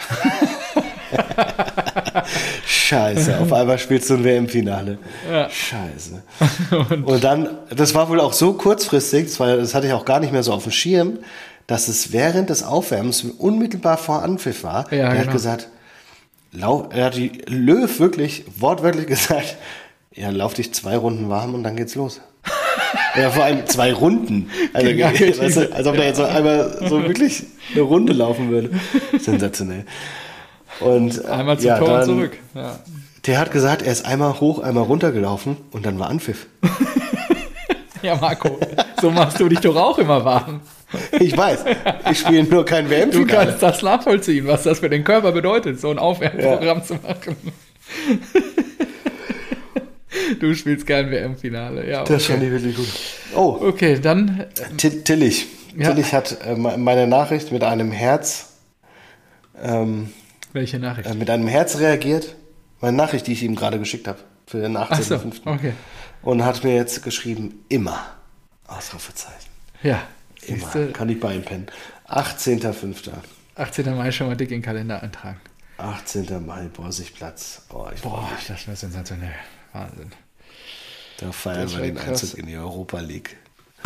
Scheiße, auf einmal spielst du ein WM-Finale. Ja. Scheiße. Und dann, das war wohl auch so kurzfristig, das hatte ich auch gar nicht mehr so auf dem Schirm, dass es während des Aufwärmens unmittelbar vor Anpfiff war. Ja, er hat gesagt, er hat die Löw wirklich wortwörtlich gesagt, ja, lauf dich 2 Runden warm und dann geht's los. Ja, vor allem 2 Runden. Also, weißt du, als ob der jetzt so einmal so wirklich eine Runde laufen würde. Sensationell. Und einmal zum Tor und zurück. Ja. Der hat gesagt, er ist einmal hoch, einmal runter gelaufen und dann war Anpfiff. Ja, Marco, so machst du dich doch auch immer warm. Ich weiß, ich spiele nur kein WM-Finale. Du kannst das nachvollziehen, was das für den Körper bedeutet, so ein Aufwärmprogramm zu machen. Du spielst kein WM-Finale. Ja, okay. Das fand ich wirklich gut. Oh, okay, dann... Tillich. Ja. Tillich hat meine Nachricht mit einem Herz... Welche Nachricht? Mit einem Herz reagiert. Meine Nachricht, die ich ihm gerade geschickt habe. Für den 18.05. So, okay. Und hat mir jetzt geschrieben, immer. Ausrufezeichen. Ja. Immer. Kann ich bei ihm pennen. 18.05. 18. Mai schon mal dick in den Kalender eintragen. 18. Mai, Borsigplatz. Das wäre sensationell. Wahnsinn. Da feiern wir den Einzug in die Europa League.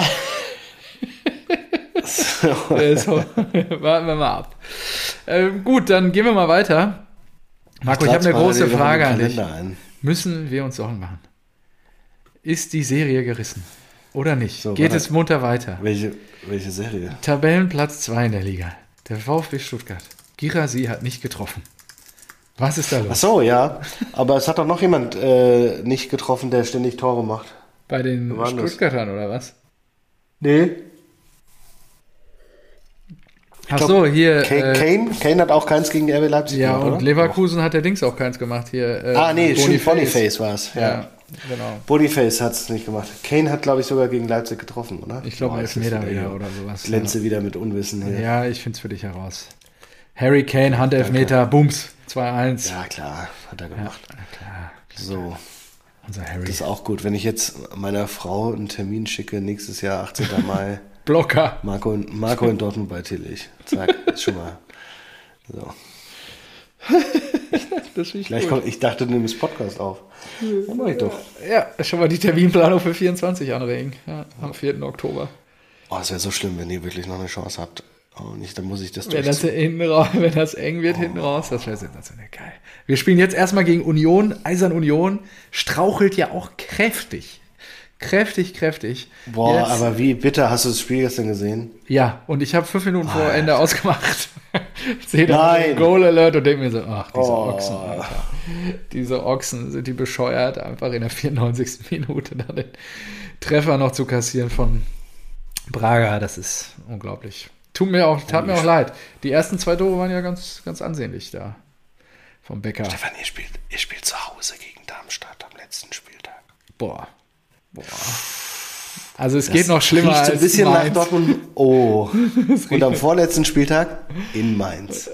Warten wir mal ab. Gut, dann gehen wir mal weiter. Marco, ich habe eine große Frage an dich. Müssen wir uns Sorgen machen? Ist die Serie gerissen? Oder nicht? So, geht es munter weiter? Welche Serie? Tabellenplatz 2 in der Liga. Der VfB Stuttgart. Girassi hat nicht getroffen. Was ist da los? Ach so, ja. Aber es hat doch noch jemand nicht getroffen, der ständig Tore macht. Bei den Stuttgartern oder was? Nee. Ach so, hier. Kane hat auch keins gegen RB Leipzig gemacht, und oder? Leverkusen hat der Dings auch keins gemacht hier. Boniface war es. Ja, genau. Boniface hat es nicht gemacht. Kane hat, glaube ich, sogar gegen Leipzig getroffen, oder? Ich glaube, Elfmeter wieder oder sowas. Glänze wieder mit Unwissen hier. Ja, ich finde es für dich heraus. Harry Kane, Handelfmeter, Bums, 2-1. Ja, klar, hat er gemacht. Ja, klar. So. Unser Harry. Das ist auch gut. Wenn ich jetzt meiner Frau einen Termin schicke, nächstes Jahr, 18. Mai. Blocker. Marco in Dortmund bei Tillich. Zack, ist schon mal. So. Das finde ich cool. Ich dachte, du nimmst Podcast auf. Dann mach ich doch. Ja, schon mal die Terminplanung für 24 anregen. Ja, am 4. Oktober. Oh, es wäre so schlimm, wenn ihr wirklich noch eine Chance habt. Oh, nicht, dann muss ich das wenn das eng wird, hinten raus, das wäre sensationell geil. Wir spielen jetzt erstmal gegen Union. Eisern Union strauchelt ja auch kräftig. Kräftig. Boah, jetzt, aber wie bitter, hast du das Spiel gestern gesehen? Ja, und ich habe 5 Minuten vor Ende ausgemacht. Sehe dann den Goal Alert und denke mir so, ach, diese Ochsen, Alter. Diese Ochsen, sind die bescheuert, einfach in der 94. Minute dann den Treffer noch zu kassieren von Braga, das ist unglaublich. Tat mir auch leid. Die ersten 2 Tore waren ja ganz, ganz ansehnlich da vom Becker. Stefan, ihr spielt zu Hause gegen Darmstadt am letzten Spieltag. Boah. Also es geht noch schlimmer als ein bisschen Mainz. nach Dortmund. Oh. Und am vorletzten Spieltag in Mainz.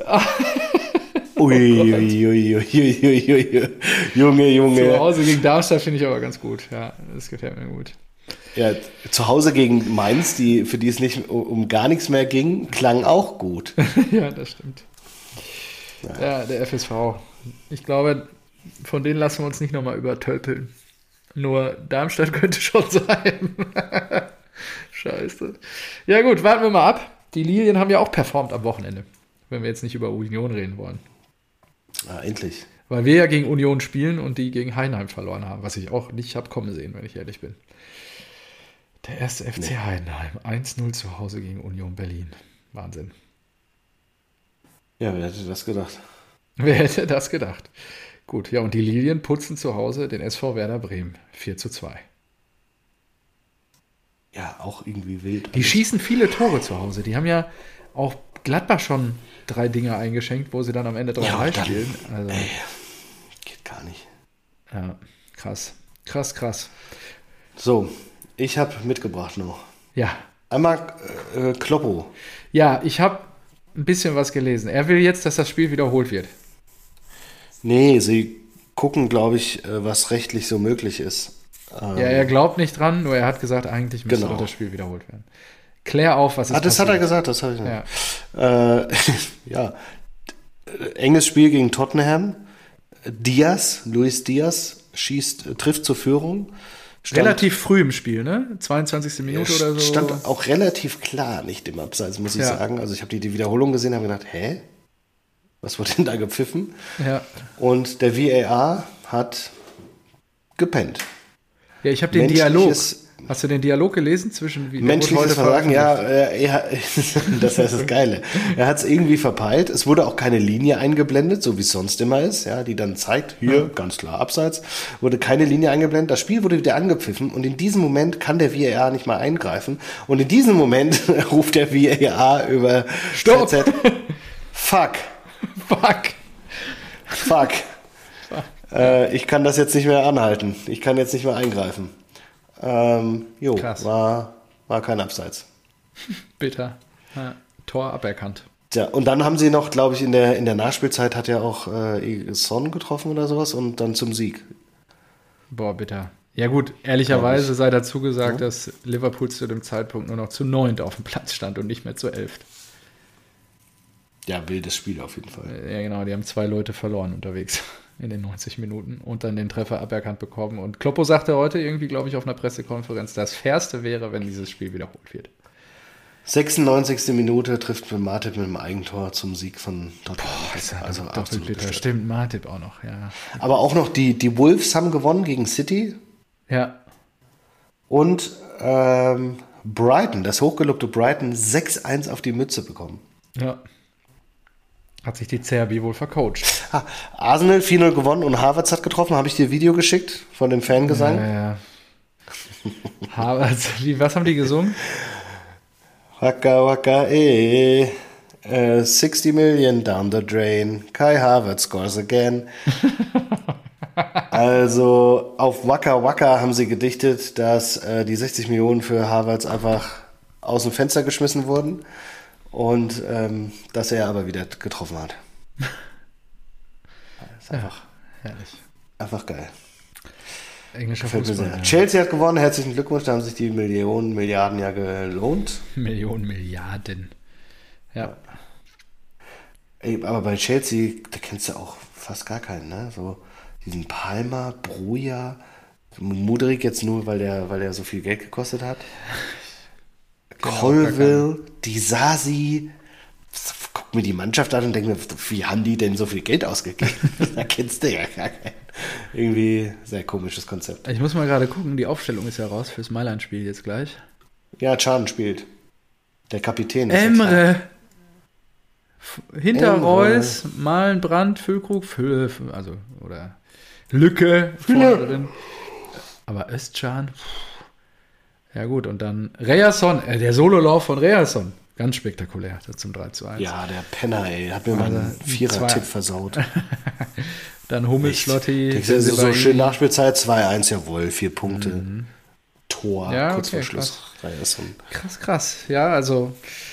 Ui. Junge. Zu Hause gegen Darmstadt finde ich aber ganz gut. Ja, das gefällt mir gut. Ja, zu Hause gegen Mainz, für die es nicht um gar nichts mehr ging, klang auch gut. Ja, das stimmt. Ja, der FSV. Ich glaube, von denen lassen wir uns nicht nochmal übertölpeln. Nur Darmstadt könnte schon sein. Scheiße. Ja gut, warten wir mal ab. Die Lilien haben ja auch performt am Wochenende, wenn wir jetzt nicht über Union reden wollen. Ah, endlich. Weil wir ja gegen Union spielen und die gegen Heidenheim verloren haben, was ich auch nicht habe kommen sehen, wenn ich ehrlich bin. Der erste FC Heidenheim, 1-0 zu Hause gegen Union Berlin. Wahnsinn. Ja, wer hätte das gedacht? Wer hätte das gedacht? Gut, ja, und die Lilien putzen zu Hause den SV Werder Bremen, 4-2. Ja, auch irgendwie wild. Die schießen viele Tore zu Hause. Die haben ja auch Gladbach schon 3 Dinger eingeschenkt, wo sie dann am Ende 3-3 spielen. Also, geht gar nicht. Ja, krass. So, ich habe mitgebracht noch. Ja. Einmal Kloppo. Ja, ich habe ein bisschen was gelesen. Er will jetzt, dass das Spiel wiederholt wird. Nee, sie gucken, glaube ich, was rechtlich so möglich ist. Ja, er glaubt nicht dran, nur er hat gesagt, eigentlich müsste doch das Spiel wiederholt werden. Klär auf, was ist das passiert. Hat er gesagt, das habe ich nicht. Ja. Enges Spiel gegen Tottenham. Luis Diaz trifft zur Führung. Relativ früh im Spiel, ne? 22. Minute oder so. Stand auch relativ klar nicht im Abseits, muss ich sagen. Also ich habe die Wiederholung gesehen und habe gedacht, hä? Was wurde denn da gepfiffen? Ja. Und der VAR hat gepennt. Ja, ich habe den Dialog. Hast du den Dialog gelesen zwischen menschliches Versagen? Ja, das heißt das Geile. Er hat es irgendwie verpeilt. Es wurde auch keine Linie eingeblendet, so wie es sonst immer ist, ja, die dann zeigt, hier, ganz klar, abseits. Wurde keine Linie eingeblendet. Das Spiel wurde wieder angepfiffen und in diesem Moment kann der VAR nicht mal eingreifen. Und in diesem Moment ruft der VAR über Stopp! ZZ, Fuck. Ich kann das jetzt nicht mehr anhalten. Ich kann jetzt nicht mehr eingreifen. Krass. War kein Abseits. Bitter. Ja, Tor aberkannt. Tja, und dann haben sie noch, glaube ich, in der Nachspielzeit hat ja auch Son getroffen oder sowas und dann zum Sieg. Boah, bitter. Ja gut, ehrlicherweise sei dazu gesagt, dass Liverpool zu dem Zeitpunkt nur noch zu 9 auf dem Platz stand und nicht mehr zu 11. Ja, wildes Spiel auf jeden Fall. Ja genau, die haben 2 Leute verloren unterwegs in den 90 Minuten und dann den Treffer aberkannt bekommen. Und Kloppo sagte heute irgendwie, glaube ich, auf einer Pressekonferenz, das Fairste wäre, wenn dieses Spiel wiederholt wird. 96. Minute trifft Matip mit einem Eigentor zum Sieg von Tottenham. Also absolut bitter. Stimmt, Matip auch noch, ja. Aber auch noch die Wolves haben gewonnen gegen City. Ja. Und Brighton, das hochgelobte Brighton, 6-1 auf die Mütze bekommen. Ja. Hat sich die CRB wohl vercoacht. Arsenal 4-0 gewonnen und Havertz hat getroffen. Habe ich dir ein Video geschickt von dem Fangesang? Ja. Havertz, was haben die gesungen? Waka waka 60 million down the drain. Kai Havertz scores again. Also auf Waka Waka haben sie gedichtet, dass die 60 Millionen für Havertz einfach aus dem Fenster geschmissen wurden. Und dass er aber wieder getroffen hat. Das ist einfach, herrlich. Einfach geil. Englischer Fußball. Ja. Chelsea hat gewonnen, herzlichen Glückwunsch, da haben sich die Milliarden ja gelohnt. Milliarden. Ja. Ey, aber bei Chelsea, da kennst du auch fast gar keinen, ne? So diesen Palmer, Broja, Mudryk jetzt nur, weil der so viel Geld gekostet hat. Colville, Disasi. Guck mir die Mannschaft an und denke mir, wie haben die denn so viel Geld ausgegeben? Da kennst du ja gar keinen. Irgendwie sehr komisches Konzept. Ich muss mal gerade gucken, die Aufstellung ist ja raus fürs Mailand-Spiel jetzt gleich. Ja, Can spielt. Der Kapitän. Emre. Hinter Reus, Malen, Brandt, Füllkrug, oder Lücke vorne drin. Aber Özcan, Ja gut, und dann Reasson, der Sololauf von Reasson. Ganz spektakulär, das zum 3:1. Ja, der Penner, ey, hat mir mal einen Vierer-Tipp versaut. Dann Hummels, Schlotti. So schön Nachspielzeit, 2:1, jawohl, 4 Punkte. Tor, Ja, kurz okay, vor Schluss. Reasson. Krass. Ja, also.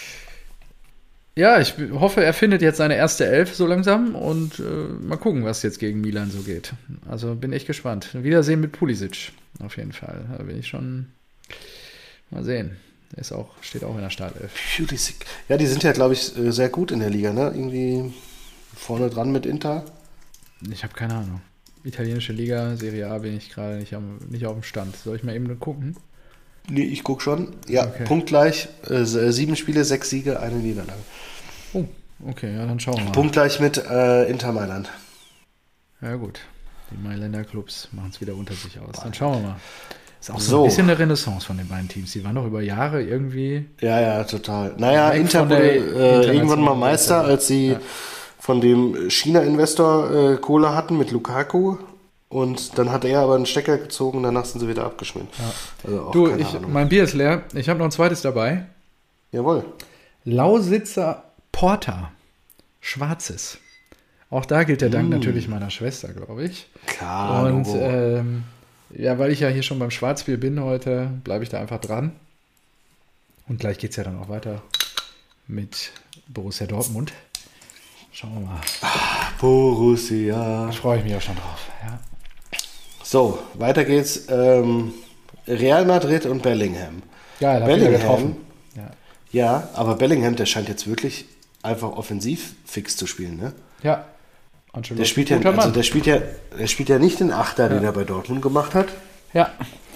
Ja, ich hoffe, er findet jetzt seine erste Elf so langsam und mal gucken, was jetzt gegen Milan so geht. Also bin echt gespannt. Wiedersehen mit Pulisic, auf jeden Fall. Da bin ich schon. Mal sehen. Steht auch in der Startelf. Pulisic. Ja, die sind ja, glaube ich, sehr gut in der Liga, ne? Irgendwie vorne dran mit Inter. Ich habe keine Ahnung. Italienische Liga, Serie A bin ich gerade nicht auf dem Stand. Soll ich mal eben gucken? Nee, ich gucke schon. Ja, Okay. punktgleich. 7 Spiele, 6 Siege, 1 Niederlage. Oh, okay, ja, dann schauen wir mal. Punktgleich mit Inter Mailand. Ja, gut. Die Mailänder Clubs machen es wieder unter sich aus. Dann schauen wir mal. Ist auch so So. ein bisschen eine Renaissance von den beiden Teams. Die waren doch über Jahre irgendwie. Ja, total. Naja, Weg Inter von der wurde internationalen irgendwann mal Meister, als sie Ja. von dem China-Investor Kohle hatten mit Lukaku. Und dann hat er aber einen Stecker gezogen, danach sind sie wieder abgeschmiert. Also auch Du, keine Ahnung. mein Bier ist leer. Ich habe noch ein zweites dabei. Jawohl. Lausitzer Porter. Schwarzes. Auch da gilt der Dank natürlich meiner Schwester, glaube ich. Klar, Und Logo. ja, weil ich ja hier schon beim Schwarzbier bin heute, bleibe ich da einfach dran. Und gleich geht es ja dann auch weiter mit Borussia Dortmund. Schauen wir mal. Borussia. Da freue ich mich auch schon drauf. Ja. So, weiter geht's. Real Madrid und Bellingham. Geil, hab ich wieder Bellingham. getroffen. Ja. Ja, aber Bellingham, der scheint jetzt wirklich einfach offensiv fix zu spielen, ne? Ja. Ancelotti, Der spielt ja, guter Mann. der spielt ja nicht den Achter, den er bei Dortmund gemacht hat. Ja.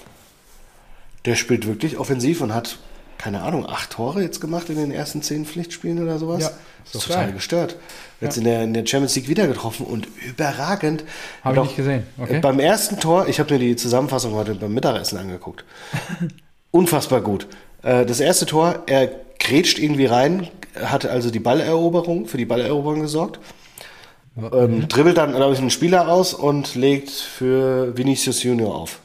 Der spielt wirklich offensiv und hat, keine Ahnung, 8 Tore jetzt gemacht in den ersten 10 Pflichtspielen oder sowas. Ja, ist ist doch total geil. gestört. Jetzt in der Champions League wieder getroffen und überragend. Habe ich Und nicht gesehen. Okay. Beim ersten Tor, ich habe mir die Zusammenfassung heute beim Mittagessen angeguckt. Unfassbar gut. Das erste Tor, er grätscht irgendwie rein, hat also die Balleroberung, für die Balleroberung gesorgt. Dribbelt dann, glaube ich, einen Spieler aus und legt für Vinicius Junior auf.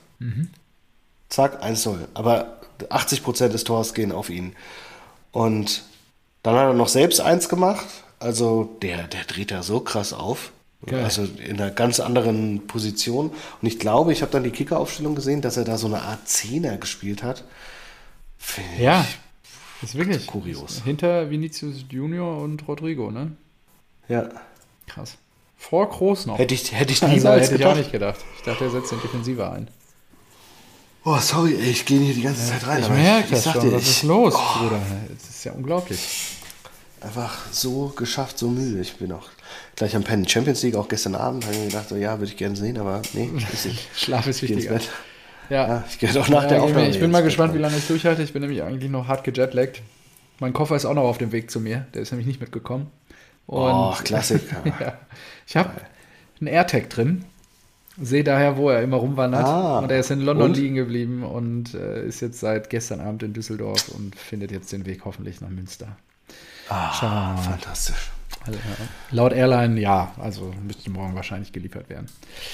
Zack, 1:0. Aber 80% des Tors gehen auf ihn. Und dann hat er noch selbst eins gemacht. Also der dreht da so krass auf. Geil. Also in einer ganz anderen Position. Und ich glaube, ich habe dann die Kicker-Aufstellung gesehen, dass er da so eine Art Zehner gespielt hat. Finde Ja, ich- ist wirklich kurios. Hinter Vinicius Junior und Rodrigo, ne? Ja. Krass. Vor Kroos noch. Hätte ich Also, niemals hätte ich auch gedacht. nicht gedacht. Ich dachte, er setzt den Defensiver ein. Oh, sorry, ey, ich gehe hier die ganze Zeit rein. Ich aber merke das sag schon. dir, Was ist los, Bruder? Das ist ja unglaublich. Einfach so geschafft, so müde. Ich bin auch gleich am Pennen. Champions League auch gestern Abend. Habe ich mir gedacht, so, ja, würde ich gerne sehen, aber nee, ist nicht. Schlaf ist Ich geh ins wichtiger. Bett. Ja. Ja, ich gehe doch nach der Aufnahme. Ich bin mal jetzt gespannt, Bett wie lange ich durchhalte. Ich bin nämlich eigentlich noch hart gejetlaggt. Mein Koffer ist auch noch auf dem Weg zu mir. Der ist nämlich nicht mitgekommen. Oh, Klassiker. Ja. Ich habe einen AirTag drin. Sehe daher, wo er immer rumwandert. Ah, und er ist in London und? liegen geblieben und ist jetzt seit gestern Abend in Düsseldorf und findet jetzt den Weg hoffentlich nach Münster. Schauen wir mal. Fantastisch. Also, laut Airline, ja. Also müsste morgen wahrscheinlich geliefert werden.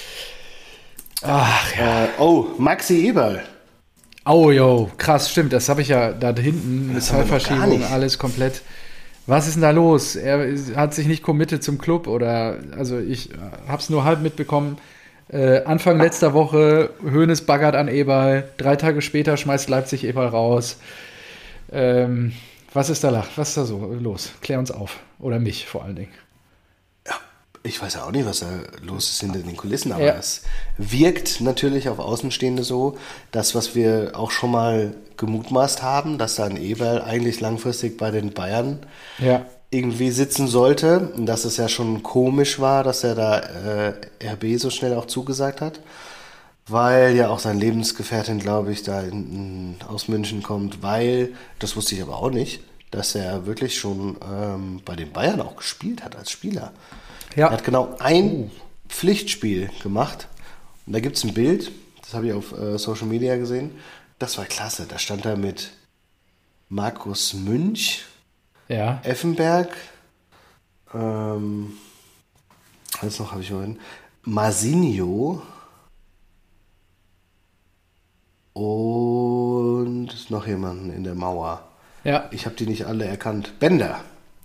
Ach ja. Maxi Eberl. Oh, yo, krass, stimmt. Das habe ich ja da hinten mit Das haben wir noch gar Zeitverschiebung, nicht. alles komplett. Was ist denn da los? Er hat sich nicht committed zum Club oder, also ich habe es nur halb mitbekommen. Anfang letzter Woche, Hoeneß baggert an Eberl. 3 Tage später schmeißt Leipzig Eberl raus. Was ist da so los? Klär uns auf. Oder mich vor allen Dingen. Ich weiß ja auch nicht, was da los ist hinter den Kulissen, aber Ja. es wirkt natürlich auf Außenstehende so, das, was wir auch schon mal gemutmaßt haben, dass da ein Eberl eigentlich langfristig bei den Bayern Ja. irgendwie sitzen sollte. Und dass es ja schon komisch war, dass er da RB so schnell auch zugesagt hat. Weil ja auch sein Lebensgefährtin, glaube ich, da aus München kommt. Weil, das wusste ich aber auch nicht, dass er wirklich schon bei den Bayern auch gespielt hat als Spieler. Ja. Er hat genau ein Pflichtspiel gemacht. Und da gibt es ein Bild, das habe ich auf Social Media gesehen. Das war klasse. Da stand er mit Markus Münch, Ja. Effenberg, was noch habe ich vorhin? Marcinho und und noch jemanden in der Mauer. Ja. Ich habe die nicht alle erkannt. Bender.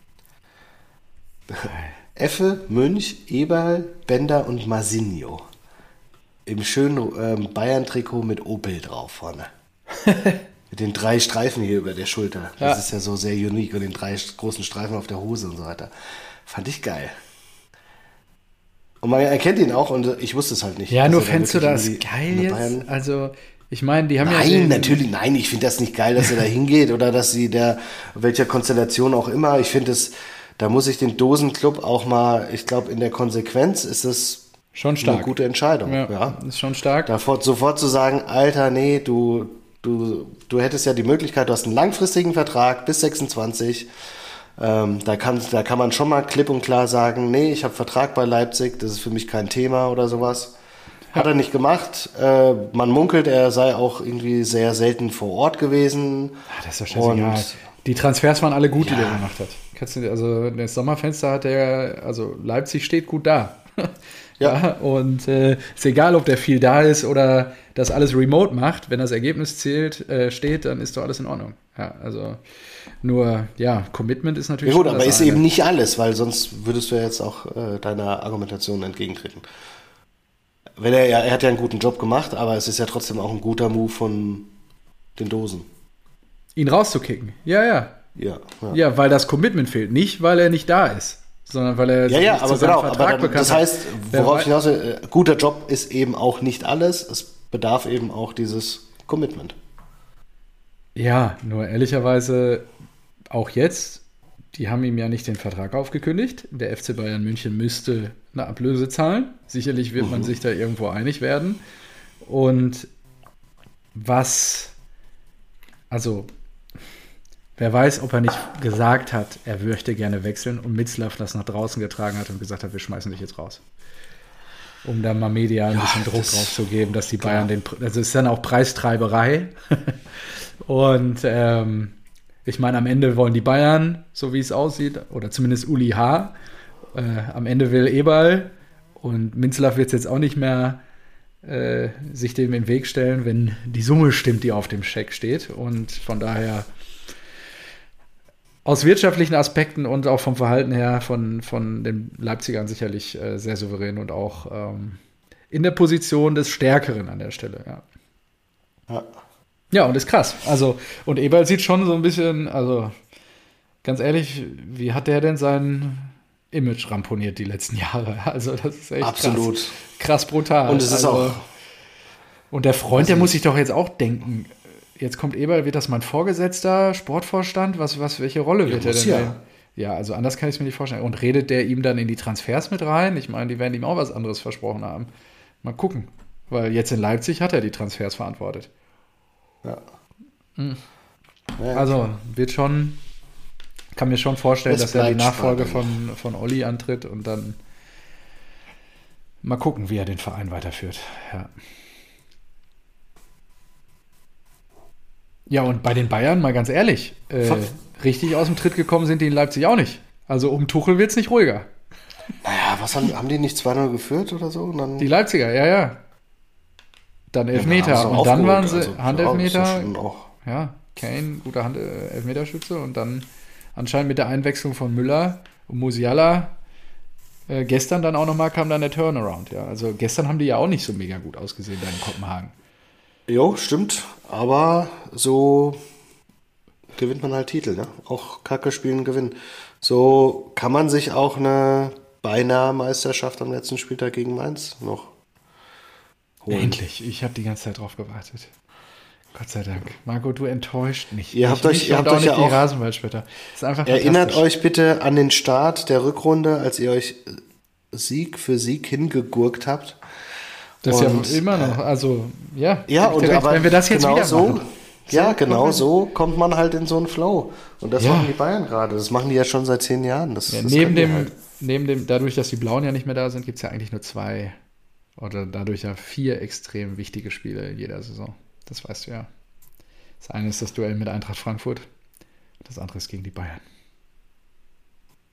Effe, Münch, Eberl, Bender und Masinho. Im schönen Bayern-Trikot mit Opel drauf vorne. Mit den 3 Streifen hier über der Schulter. Das ist ja so sehr unique. Und den 3 großen Streifen auf der Hose und so weiter. Fand ich geil. Und man erkennt ihn auch und ich wusste es halt nicht. Ja, nur fändest du das geil jetzt? Bayern. Also, ich meine, die haben Nein, natürlich, nein, ich finde das nicht geil, dass er da hingeht oder dass sie welcher Konstellation auch immer. Ich finde es, da muss ich den Dosenclub auch mal, ich glaube, in der Konsequenz ist es schon stark. Eine gute Entscheidung. Ja. Ist schon stark. Sofort zu sagen, Alter, nee, du hättest ja die Möglichkeit, du hast einen langfristigen Vertrag bis 26. Da kann man schon mal klipp und klar sagen, nee, ich habe Vertrag bei Leipzig, das ist für mich kein Thema oder sowas. Hat er nicht gemacht. Man munkelt, er sei auch irgendwie sehr selten vor Ort gewesen. Das ist doch scheißegal. Die Transfers waren alle gut, die der gemacht hat. Also das Sommerfenster hat also Leipzig steht gut da. Ja, und ist egal, ob der viel da ist oder das alles remote macht, wenn das Ergebnis steht, dann ist doch alles in Ordnung. Ja, also nur, Commitment ist natürlich. Ja gut, aber ist eben nicht alles, weil sonst würdest du ja jetzt auch deiner Argumentation entgegentreten. Er hat ja einen guten Job gemacht, aber es ist ja trotzdem auch ein guter Move von den Dosen. Ihn rauszukicken, ja. Ja, weil das Commitment fehlt, nicht weil er nicht da ist. Sondern weil er aber seinem genau, Vertrag bekannt das heißt, worauf ich hinaus will, guter Job ist eben auch nicht alles. Es bedarf eben auch dieses Commitment. Ja, nur ehrlicherweise auch jetzt, die haben ihm ja nicht den Vertrag aufgekündigt. Der FC Bayern München müsste eine Ablöse zahlen. Sicherlich wird man sich da irgendwo einig werden. Und wer weiß, ob er nicht gesagt hat, er möchte gerne wechseln und Mitzlaff das nach draußen getragen hat und gesagt hat, wir schmeißen dich jetzt raus. Um da mal medial ein bisschen Druck drauf zu geben, dass die Bayern das ist dann auch Preistreiberei. Und ich meine, am Ende wollen die Bayern, so wie es aussieht, oder zumindest Uli H., am Ende will Eberl und Minzlaff wird es jetzt auch nicht mehr sich dem in den Weg stellen, wenn die Summe stimmt, die auf dem Scheck steht. Und von daher aus wirtschaftlichen Aspekten und auch vom Verhalten her von den Leipzigern sicherlich sehr souverän und auch in der Position des Stärkeren an der Stelle. Ja, und ist krass. Also, und Eberl sieht schon so ein bisschen, also ganz ehrlich, wie hat der denn sein Image ramponiert die letzten Jahre? Also das ist echt absolut krass brutal. Und es ist auch. Und der Freund, der muss sich doch jetzt auch denken, jetzt kommt Eberl, wird das mein Vorgesetzter, Sportvorstand? Welche Rolle wird er denn? Ja, also anders kann ich es mir nicht vorstellen. Und redet der ihm dann in die Transfers mit rein? Ich meine, die werden ihm auch was anderes versprochen haben. Mal gucken. Weil jetzt in Leipzig hat er die Transfers verantwortet. Ja. Also kann mir schon vorstellen, dass er die Nachfolge von Olli antritt und dann mal gucken, wie er den Verein weiterführt. Ja, und bei den Bayern, mal ganz ehrlich, richtig aus dem Tritt gekommen sind die in Leipzig auch nicht. Also um Tuchel wird es nicht ruhiger. Naja, was haben die nicht 2-0 geführt oder so? Und dann die Leipziger, ja. Dann Elfmeter und dann waren sie Handelfmeter. Ja, Kane, guter Elfmeterschütze und dann anscheinend mit der Einwechslung von Müller und Musiala gestern dann auch nochmal kam dann der Turnaround. Ja. Also gestern haben die ja auch nicht so mega gut ausgesehen da in Kopenhagen. Jo, stimmt. Aber so gewinnt man halt Titel, ne? Auch Kacke spielen, gewinnen. So kann man sich auch eine beinahe Meisterschaft am letzten Spieltag gegen Mainz noch holen. Endlich. Ich habe die ganze Zeit drauf gewartet. Gott sei Dank. Marco, du enttäuscht mich. Ihr habt euch ja auch die Rasenballspötter. Ist einfach erinnert euch bitte an den Start der Rückrunde, als ihr euch Sieg für Sieg hingegurkt habt. Das ist ja immer noch, also ja. Ja, und aber wenn wir das jetzt genau wieder so, machen. Ja, genau so kommt man halt in so einen Flow. Und das machen die Bayern gerade. Das machen die ja schon seit 10 Jahren. Neben dem, dadurch, dass die Blauen ja nicht mehr da sind, gibt es ja eigentlich nur 2 oder dadurch ja 4 extrem wichtige Spiele in jeder Saison. Das weißt du ja. Das eine ist das Duell mit Eintracht Frankfurt, das andere ist gegen die Bayern. Warum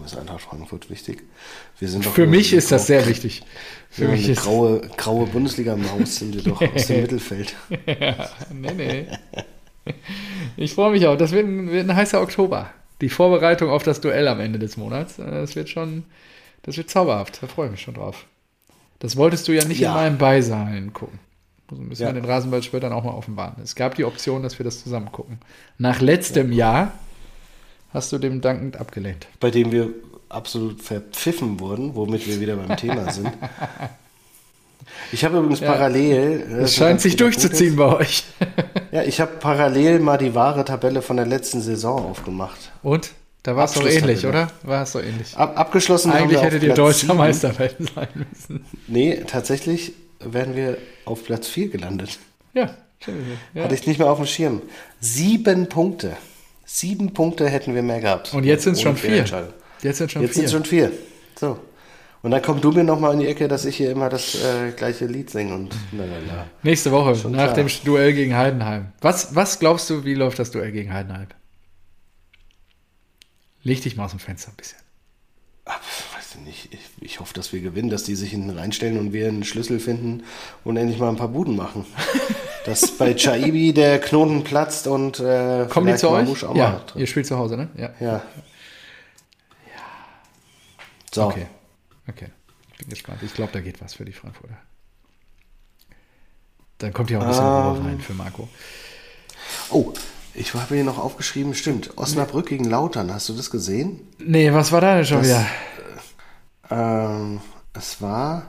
ist Eintracht Frankfurt wichtig. Wir sind doch Für mich ist das sehr wichtig. Für mich ist graue Bundesliga-Maus sind wir doch aus dem Mittelfeld. Ja, nee. Ich freue mich auch. Das wird ein heißer Oktober. Die Vorbereitung auf das Duell am Ende des Monats. Das wird zauberhaft. Da freue ich mich schon drauf. Das wolltest du ja nicht in meinem Beisein gucken. Also müssen wir den Rasenballsport dann auch mal offenbaren. Es gab die Option, dass wir das zusammen gucken. Nach letztem Jahr hast du dem dankend abgelehnt. Bei dem wir absolut verpfiffen wurden, womit wir wieder beim Thema sind. Ich habe übrigens parallel... Es scheint sich durchzuziehen bei euch. Ja, ich habe parallel mal die wahre Tabelle von der letzten Saison aufgemacht. Und? Da war es doch ähnlich, oder? War es doch ähnlich. Abgeschlossen eigentlich hättet ihr deutscher Meister werden sein müssen. Nee, tatsächlich wären wir auf Platz 4 gelandet. Ja. Hatte ich nicht mehr auf dem Schirm. 7 Punkte. 7 Punkte hätten wir mehr gehabt. Und jetzt sind es schon 4. Jetzt sind es schon 4. So. Und dann kommst du mir nochmal in die Ecke, dass ich hier immer das gleiche Lied singe. Und nächste Woche, nach dem Duell gegen Heidenheim. Was glaubst du, wie läuft das Duell gegen Heidenheim? Leg dich mal aus dem Fenster ein bisschen. Weiß ich nicht. Ich hoffe, dass wir gewinnen, dass die sich hinten reinstellen und wir einen Schlüssel finden und endlich mal ein paar Buden machen. Dass bei Chaibi der Knoten platzt und kommen die zu euch? Ja, ihr spielt zu Hause, ne? Ja. So. Okay. Ich bin gespannt. Ich glaube, da geht was für die Frankfurter. Dann kommt ja auch ein bisschen Ruhe rein für Marco. Oh, ich habe hier noch aufgeschrieben, stimmt. Osnabrück gegen Lautern, hast du das gesehen? Nee, was war da denn schon wieder? Es war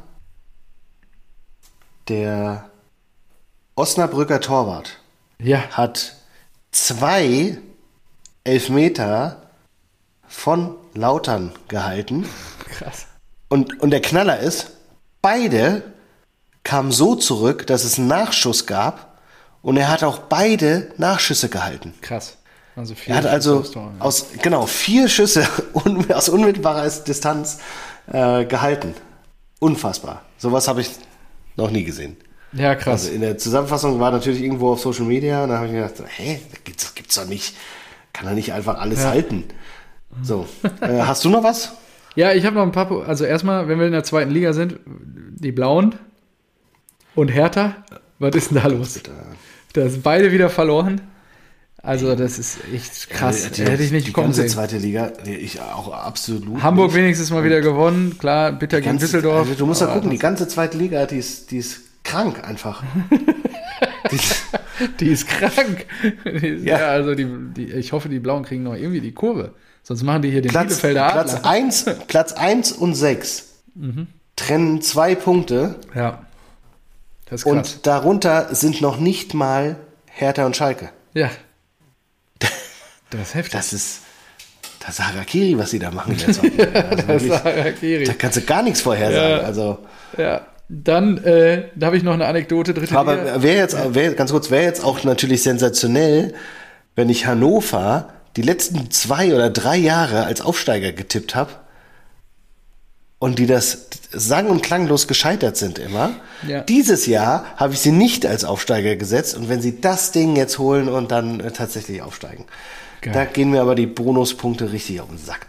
der Osnabrücker Torwart. Ja. Hat 2 Elfmeter von Lautern gehalten. Krass. Und der Knaller ist, beide kamen so zurück, dass es einen Nachschuss gab und er hat auch beide Nachschüsse gehalten. Krass. Also 4 er hat also 4 Schüsse aus unmittelbarer Distanz gehalten. Unfassbar. Sowas habe ich noch nie gesehen. Ja, krass. Also in der Zusammenfassung war natürlich irgendwo auf Social Media und da habe ich mir gedacht, das gibt's doch nicht. Kann er nicht einfach alles halten. So, hast du noch was? Ja, ich habe noch ein paar. Also erstmal, wenn wir in der 2. Liga sind, die Blauen und Hertha, was ist denn da los? Da sind beide wieder verloren. Also das ist echt krass. Hätte ich nicht kommen sehen. Die ganze 2. Liga, ich auch absolut. Hamburg wenigstens mal wieder gewonnen. Klar, bitter gegen Düsseldorf. Also du musst ja gucken, die ganze 2. Liga, die ist krank einfach. Die ist krank. Also ich hoffe, die Blauen kriegen noch irgendwie die Kurve. Sonst machen die hier den Bielefelder Adler. Platz 1 und 6 trennen 2 Punkte. Ja. Das ist krass. Und darunter sind noch nicht mal Hertha und Schalke. Ja. Das ist heftig. Das ist Harakiri, was sie da machen jetzt. Also das ist Harakiri. Da kannst du gar nichts vorhersagen. Also. Ja. Dann da habe ich noch eine Anekdote. Aber wäre jetzt auch natürlich sensationell, wenn ich Hannover die letzten 2 oder 3 Jahre als Aufsteiger getippt habe und die das sang- und klanglos gescheitert sind immer. Ja. Dieses Jahr habe ich sie nicht als Aufsteiger gesetzt und wenn sie das Ding jetzt holen und dann tatsächlich aufsteigen, da gehen mir aber die Bonuspunkte richtig auf den Sack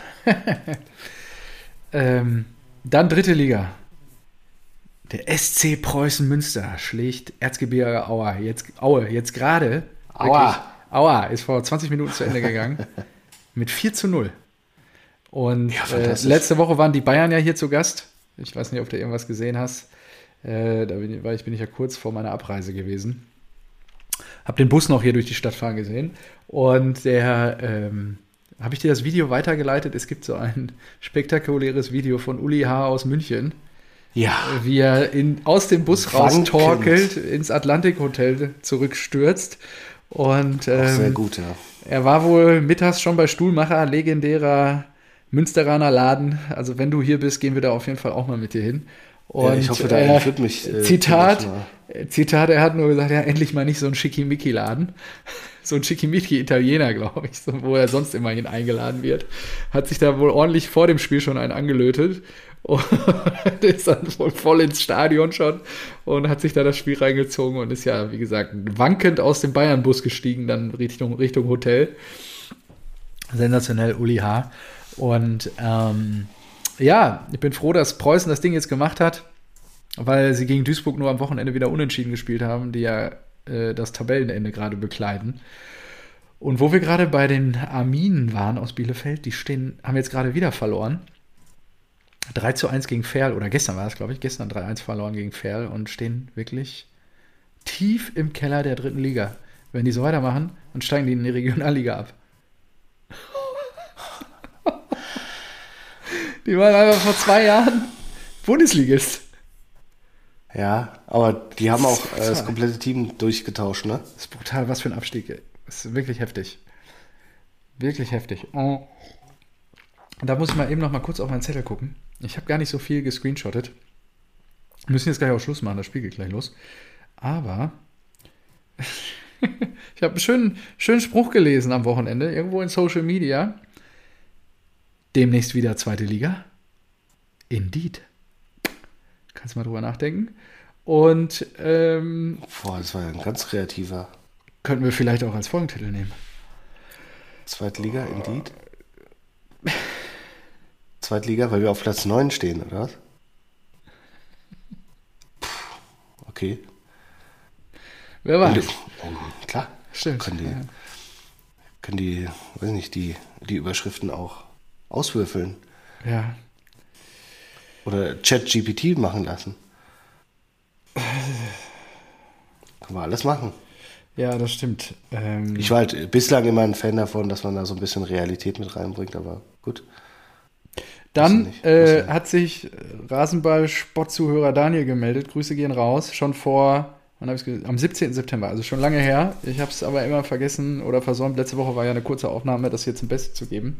dann. Dann 3. Liga. Der SC Preußen Münster schlägt Erzgebirge Aue. Jetzt gerade. Aua ist vor 20 Minuten zu Ende gegangen. Mit 4:0. Und letzte Woche waren die Bayern ja hier zu Gast. Ich weiß nicht, ob du irgendwas gesehen hast. Bin ich ja kurz vor meiner Abreise gewesen. Hab den Bus noch hier durch die Stadt fahren gesehen. Und habe ich dir das Video weitergeleitet? Es gibt so ein spektakuläres Video von Uli H. aus München. Ja. Wie er aus dem Bus raustorkelt, ins Atlantik-Hotel zurückstürzt. Und sehr gut, ja. Er war wohl mittags schon bei Stuhlmacher, legendärer Münsteraner Laden. Also wenn du hier bist, gehen wir da auf jeden Fall auch mal mit dir hin. Und ich hoffe, da entführt mich. Zitat, er hat nur gesagt, ja, endlich mal nicht so ein Schickimicki-Laden. So ein Schickimicki-Italiener, glaube ich, wo er sonst immerhin eingeladen wird. Hat sich da wohl ordentlich vor dem Spiel schon einen angelötet. Und ist dann wohl voll ins Stadion schon und hat sich da das Spiel reingezogen und ist ja, wie gesagt, wankend aus dem Bayern-Bus gestiegen, dann Richtung Hotel. Sensationell, Uli H. Und ja, ich bin froh, dass Preußen das Ding jetzt gemacht hat, weil sie gegen Duisburg nur am Wochenende wieder unentschieden gespielt haben, die ja das Tabellenende gerade bekleiden. Und wo wir gerade bei den Arminen waren aus Bielefeld, haben jetzt gerade wieder verloren. 3:1 gegen Ferl, oder gestern war es, glaube ich, gestern 3:1 verloren gegen Ferl und stehen wirklich tief im Keller der 3. Liga. Wenn die so weitermachen, dann steigen die in die Regionalliga ab. Die waren einfach vor 2 Jahren Bundesligist. Ja, aber die haben auch das komplette Team durchgetauscht, ne? Das ist brutal, was für ein Abstieg. Ey. Das ist wirklich heftig. Wirklich heftig. Und da muss ich mal eben noch mal kurz auf meinen Zettel gucken. Ich habe gar nicht so viel gescreenshottet. Wir müssen jetzt gleich auch Schluss machen, das Spiel geht gleich los. Aber ich habe einen schönen Spruch gelesen am Wochenende, irgendwo in Social Media. Demnächst wieder 2. Liga. Indeed. Kannst mal drüber nachdenken. Und das war ja ein ganz kreativer. Könnten wir vielleicht auch als Folgentitel nehmen. 2. Liga, Indeed. 2. Liga, weil wir auf Platz 9 stehen, oder was? Okay. Wer weiß. Klar. Stimmt. Können die, weiß nicht, die Überschriften auch auswürfeln. Ja. Oder ChatGPT machen lassen. Können wir alles machen. Ja, das stimmt. Ich war halt bislang immer ein Fan davon, dass man da so ein bisschen Realität mit reinbringt, aber gut. Dann hat sich Rasenball-Spottzuhörer Daniel gemeldet. Grüße gehen raus. Schon am 17. September, also schon lange her. Ich habe es aber immer vergessen oder versäumt. Letzte Woche war ja eine kurze Aufnahme, das hier zum Besten zu geben.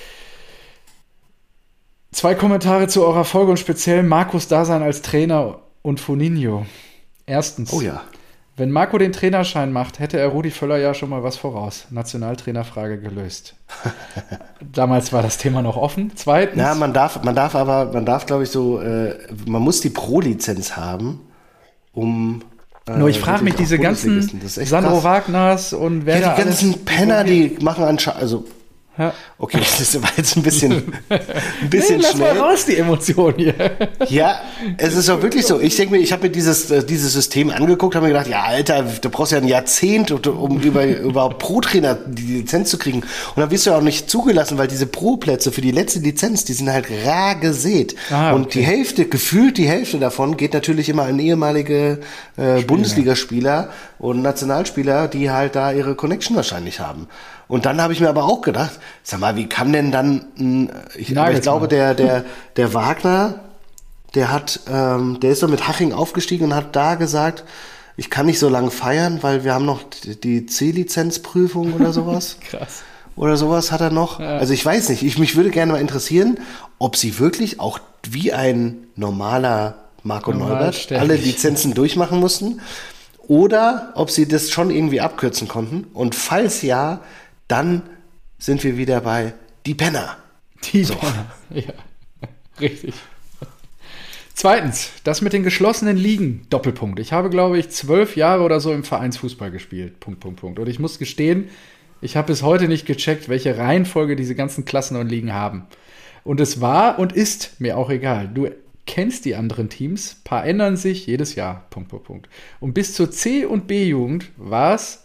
2 Kommentare zu eurer Folge und speziell Markus Dasein als Trainer und Funinho. Erstens. Oh ja. Wenn Marco den Trainerschein macht, hätte er Rudi Völler ja schon mal was voraus. Nationaltrainerfrage gelöst. Damals war das Thema noch offen. Zweitens. Ja, man darf, glaube ich, so, man muss die Pro-Lizenz haben, um. Nur ich frage mich, diese ganzen Sandro Wagners und wer ja, die ganzen Penner, die machen anscheinend, also. Ja. Okay, das war jetzt ein bisschen nee, schnell. Lass mal raus, die Emotionen hier. Ja, es ist auch wirklich so. Ich denke mir, ich habe mir dieses System angeguckt, habe mir gedacht, ja, Alter, du brauchst ja ein Jahrzehnt, um über Pro-Trainer die Lizenz zu kriegen. Und dann wirst du ja auch nicht zugelassen, weil diese Pro-Plätze für die letzte Lizenz, die sind halt rar gesät. Und gefühlt die Hälfte davon geht natürlich immer an ehemalige Bundesligaspieler und Nationalspieler, die halt da ihre Connection wahrscheinlich haben. Und dann habe ich mir aber auch gedacht, sag mal, wie kann denn dann, ich glaube, der Wagner, der ist so mit Haching aufgestiegen und hat da gesagt, ich kann nicht so lange feiern, weil wir haben noch die C-Lizenzprüfung oder sowas. Krass. Oder sowas hat er noch. Ja. Also ich weiß nicht, mich würde gerne mal interessieren, ob sie wirklich auch wie ein normaler Marco Neubert alle Lizenzen durchmachen mussten oder ob sie das schon irgendwie abkürzen konnten. Und falls ja, dann sind wir wieder bei die Penner. Die Penner, ja, richtig. Zweitens, das mit den geschlossenen Ligen, Doppelpunkt. Ich habe, glaube ich, 12 Jahre oder so im Vereinsfußball gespielt, .. Und ich muss gestehen, ich habe bis heute nicht gecheckt, welche Reihenfolge diese ganzen Klassen und Ligen haben. Und es war und ist mir auch egal. Du kennst die anderen Teams, paar ändern sich jedes Jahr, .. Und bis zur C- und B-Jugend war es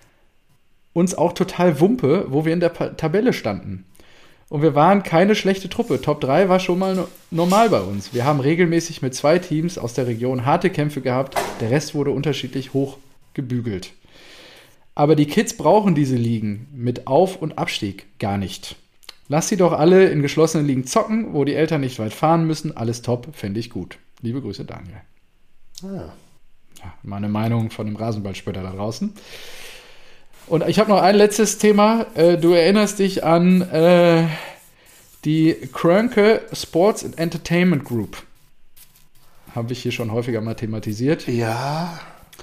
uns auch total Wumpe, wo wir in der Tabelle standen. Und wir waren keine schlechte Truppe. Top 3 war schon mal normal bei uns. Wir haben regelmäßig mit 2 Teams aus der Region harte Kämpfe gehabt. Der Rest wurde unterschiedlich hoch gebügelt. Aber die Kids brauchen diese Ligen mit Auf- und Abstieg gar nicht. Lass sie doch alle in geschlossenen Ligen zocken, wo die Eltern nicht weit fahren müssen. Alles top, fände ich gut. Liebe Grüße, Daniel. Ja, meine Meinung von dem Rasenballspötter da draußen. Und ich habe noch ein letztes Thema. Du erinnerst dich an die Krönke Sports and Entertainment Group. Habe ich hier schon häufiger mal thematisiert. Ja.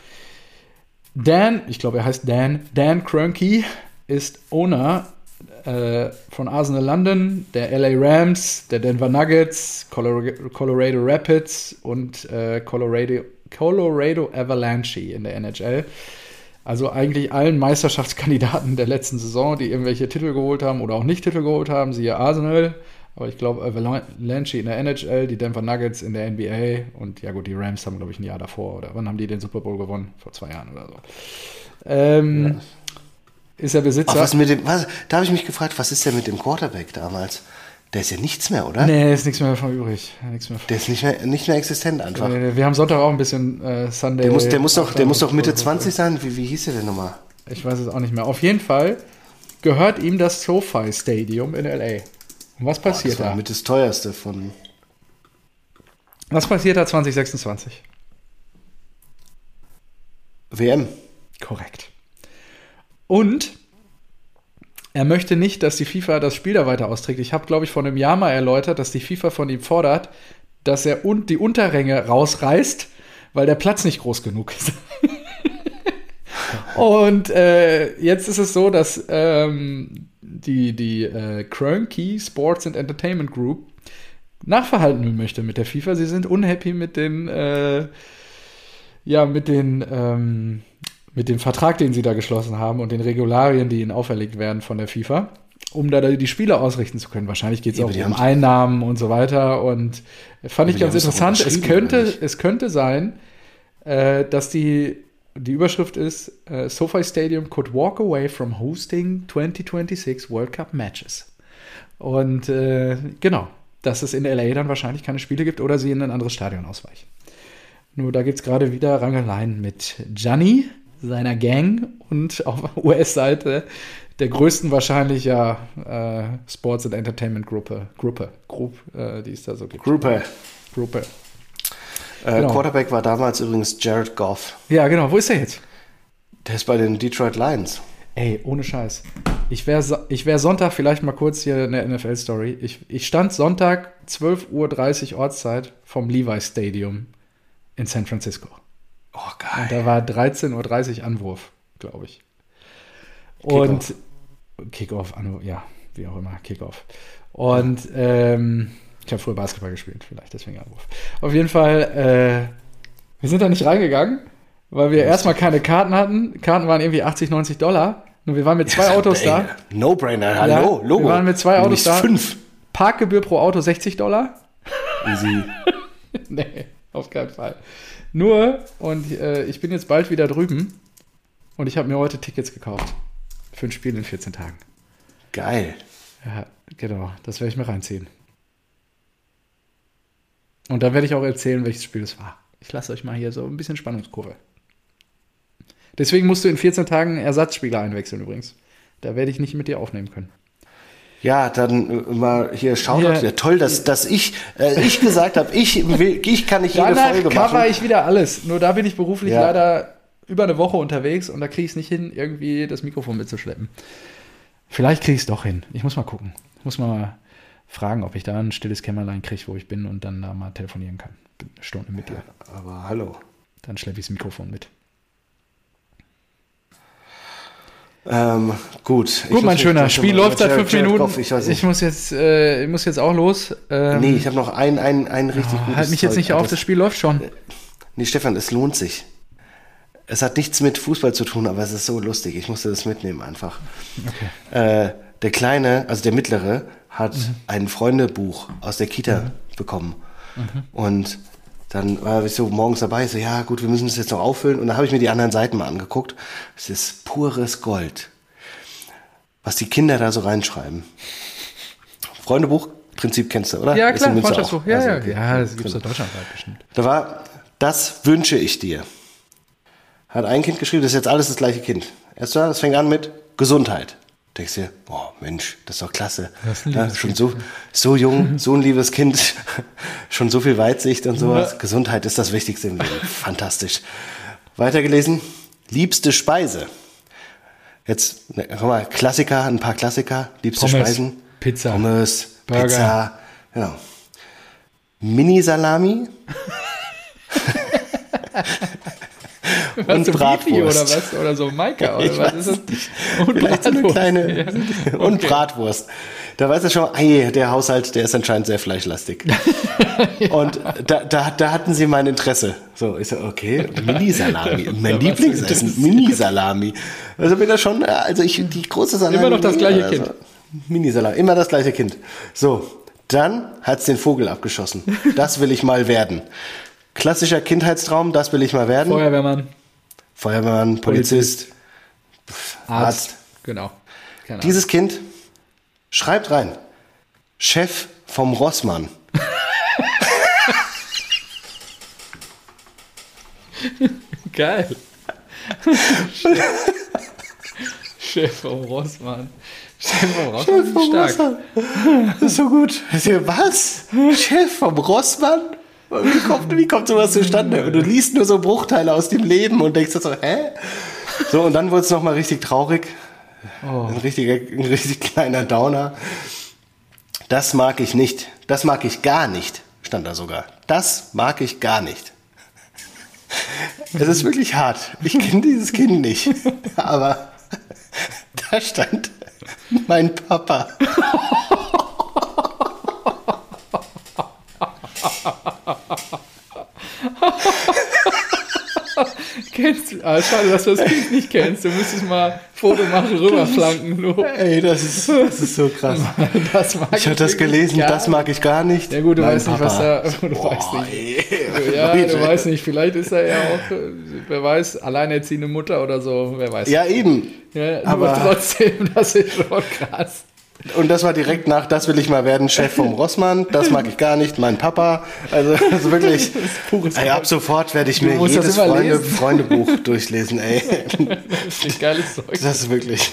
Dan, ich glaube, er heißt Dan Kroenke, ist Owner von Arsenal London, der LA Rams, der Denver Nuggets, Colorado Rapids und Colorado Avalanche in der NHL. Also eigentlich allen Meisterschaftskandidaten der letzten Saison, die irgendwelche Titel geholt haben oder auch nicht Titel geholt haben, siehe Arsenal, aber ich glaube Avalanche in der NHL, die Denver Nuggets in der NBA und ja gut, die Rams haben, glaube ich, ein Jahr davor oder wann haben die den Super Bowl gewonnen? Vor 2 Jahren oder so. Ist er Besitzer. Da habe ich mich gefragt, was ist denn mit dem Quarterback damals? Der ist ja nichts mehr, oder? Nee, ist nichts mehr davon übrig. Der ist nicht mehr existent einfach. Wir haben Sonntag auch ein bisschen Sunday. Der muss doch Mitte 20 sein. Wie hieß der denn nochmal? Ich weiß es auch nicht mehr. Auf jeden Fall gehört ihm das SoFi Stadium in L.A. Und was passiert das war da? mit das teuerste von... Was passiert da 2026? WM. Korrekt. Und er möchte nicht, dass die FIFA das Spiel da weiter austrägt. Ich habe, glaube ich, vor einem Jahr mal erläutert, dass die FIFA von ihm fordert, dass er die Unterränge rausreißt, weil der Platz nicht groß genug ist. Und jetzt ist es so, dass die Kroenke Sports and Entertainment Group nachverhalten möchte mit der FIFA. Sie sind unhappy mit dem Vertrag, den sie da geschlossen haben und den Regularien, die ihnen auferlegt werden von der FIFA, um da die Spiele ausrichten zu können. Wahrscheinlich geht es auch um Einnahmen und so weiter. Und fand ich ganz interessant. Es könnte sein, dass die Überschrift ist, SoFi Stadium could walk away from hosting 2026 World Cup Matches. Und genau, dass es in LA dann wahrscheinlich keine Spiele gibt oder sie in ein anderes Stadion ausweichen. Nur da gibt es gerade wieder Rangeleien mit Gianni, seiner Gang und auf US-Seite der größten wahrscheinlich Sports and Entertainment Gruppe, die es da so gibt. Gruppe. Genau. Quarterback war damals übrigens Jared Goff. Ja, genau. Wo ist er jetzt? Der ist bei den Detroit Lions. Ey, ohne Scheiß. Ich wär Sonntag vielleicht mal kurz hier in der NFL-Story. Ich stand Sonntag 12:30 Uhr Ortszeit vom Levi's Stadium in San Francisco. Oh, geil. Und da war 13:30 Uhr Anwurf, glaube ich. Und Kickoff, ja, wie auch immer, Kickoff. Und ich habe früher Basketball gespielt, vielleicht deswegen Anwurf. Auf jeden Fall, wir sind da nicht reingegangen, weil wir erstmal keine Karten hatten. Karten waren irgendwie $80-90. Nur wir waren mit 2 Autos da. No-Brainer, hallo, Logo. Wir waren mit 2 Autos da. 5. Parkgebühr pro Auto $60. Easy. Nee, auf keinen Fall. Nur, und ich bin jetzt bald wieder drüben und ich habe mir heute Tickets gekauft für ein Spiel in 14 Tagen. Geil. Ja, genau, das werde ich mir reinziehen. Und dann werde ich auch erzählen, welches Spiel es war. Ich lasse euch mal hier so ein bisschen Spannungskurve. Deswegen musst du in 14 Tagen Ersatzspieler einwechseln übrigens. Da werde ich nicht mit dir aufnehmen können. Ja, dann mal hier Shoutout. Ja, toll, dass ich gesagt habe, ich kann nicht jede Folge machen. Dann cover ich wieder alles. Nur da bin ich beruflich leider über eine Woche unterwegs und da kriege ich es nicht hin, irgendwie das Mikrofon mitzuschleppen. Vielleicht kriege ich es doch hin. Ich muss mal gucken. Ich muss mal fragen, ob ich da ein stilles Kämmerlein kriege, wo ich bin und dann da mal telefonieren kann. Eine Stunde mit dir. Ja, aber hallo. Dann schleppe ich das Mikrofon mit. Gut, mein Schöner. Spiel läuft seit 5 Minuten. Goff, ich muss jetzt auch los. Nee, ich habe noch ein richtig gutes Halt mich jetzt nicht auf, das Spiel läuft schon. Nee, Stefan, es lohnt sich. Es hat nichts mit Fußball zu tun, aber es ist so lustig. Ich musste das mitnehmen einfach. Okay. Der Kleine, also der Mittlere, hat ein Freundebuch aus der Kita bekommen. Und dann war ich so morgens dabei, so ja gut, wir müssen das jetzt noch auffüllen. Und dann habe ich mir die anderen Seiten mal angeguckt. Es ist pures Gold, was die Kinder da so reinschreiben. Freundebuch, Prinzip kennst du, oder? Ja klar, Freundschaftsbuch. Ja, das gibt es in Deutschland bestimmt. Da war, das wünsche ich dir. Hat ein Kind geschrieben, das ist jetzt alles das gleiche Kind. Das fängt an mit Gesundheit. Denkst dir, boah, Mensch, das ist doch klasse. Ja, schon so jung, so ein liebes Kind, schon so viel Weitsicht und sowas. Ja. Gesundheit ist das Wichtigste im Leben. Fantastisch. Weitergelesen, liebste Speise. Jetzt, guck mal, Klassiker, ein paar Klassiker. Liebste Pommes, Speisen. Pizza. Pommes, Burger. Pizza. Genau. Mini-Salami. Und Bratwurst. Oder was? Oder so Maika oder was ist das? Und vielleicht so eine kleine. Und Bratwurst. Da weiß er schon, ey, der Haushalt, der ist anscheinend sehr fleischlastig. Und da hatten sie mein Interesse. So, ich so, okay, Mini-Salami. Mein Lieblingsessen, Mini-Salami. Also bin da schon, die große Salami. Immer noch das gleiche Kind. Mini-Salami, immer das gleiche Kind. So, dann hat's den Vogel abgeschossen. Das will ich mal werden. Klassischer Kindheitstraum, das will ich mal werden. Feuerwehrmann, Polizist, Arzt. Genau. Dieses Kind schreibt rein, Chef vom Rossmann. Geil. Chef vom Rossmann. Chef vom Rossmann. Stark. Das ist so gut. Was? Chef vom Rossmann? Wie kommt sowas zustande? Und du liest nur so Bruchteile aus dem Leben und denkst so, hä? So, und dann wurde es nochmal richtig traurig. Ein richtig kleiner Downer. Das mag ich nicht. Das mag ich gar nicht, stand da sogar. Das mag ich gar nicht. Es ist wirklich hart. Ich kenne dieses Kind nicht. Aber da stand mein Papa. Schade, dass du das Kind nicht kennst. Du müsstest mal ein Foto machen, rüberflanken. Ey, das ist so krass. Ich habe das gelesen, das mag ich gar nicht. Ja gut, du weißt nicht, was da... Du weißt nicht, vielleicht ist er ja auch, wer weiß, alleinerziehende Mutter oder so, wer weiß. Ja, eben. Ja, aber trotzdem, das ist schon krass. Und das war direkt nach, das will ich mal werden, Chef vom Rossmann, das mag ich gar nicht, mein Papa. Also wirklich, ab sofort werde ich mir jedes Freundebuch durchlesen, ey. Das ist geiles Zeug. Das ist wirklich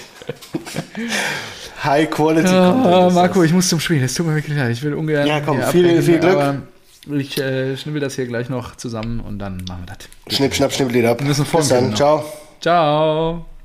High-Quality-Content. Marco, ich muss zum Spielen, es tut mir wirklich leid, ich will ungern... Ja, komm, viel Glück. Aber ich schnippel das hier gleich noch zusammen und dann machen wir das. Schnipp, schnapp, schnippel ab. Wir müssen Bis dann, ciao. Ciao.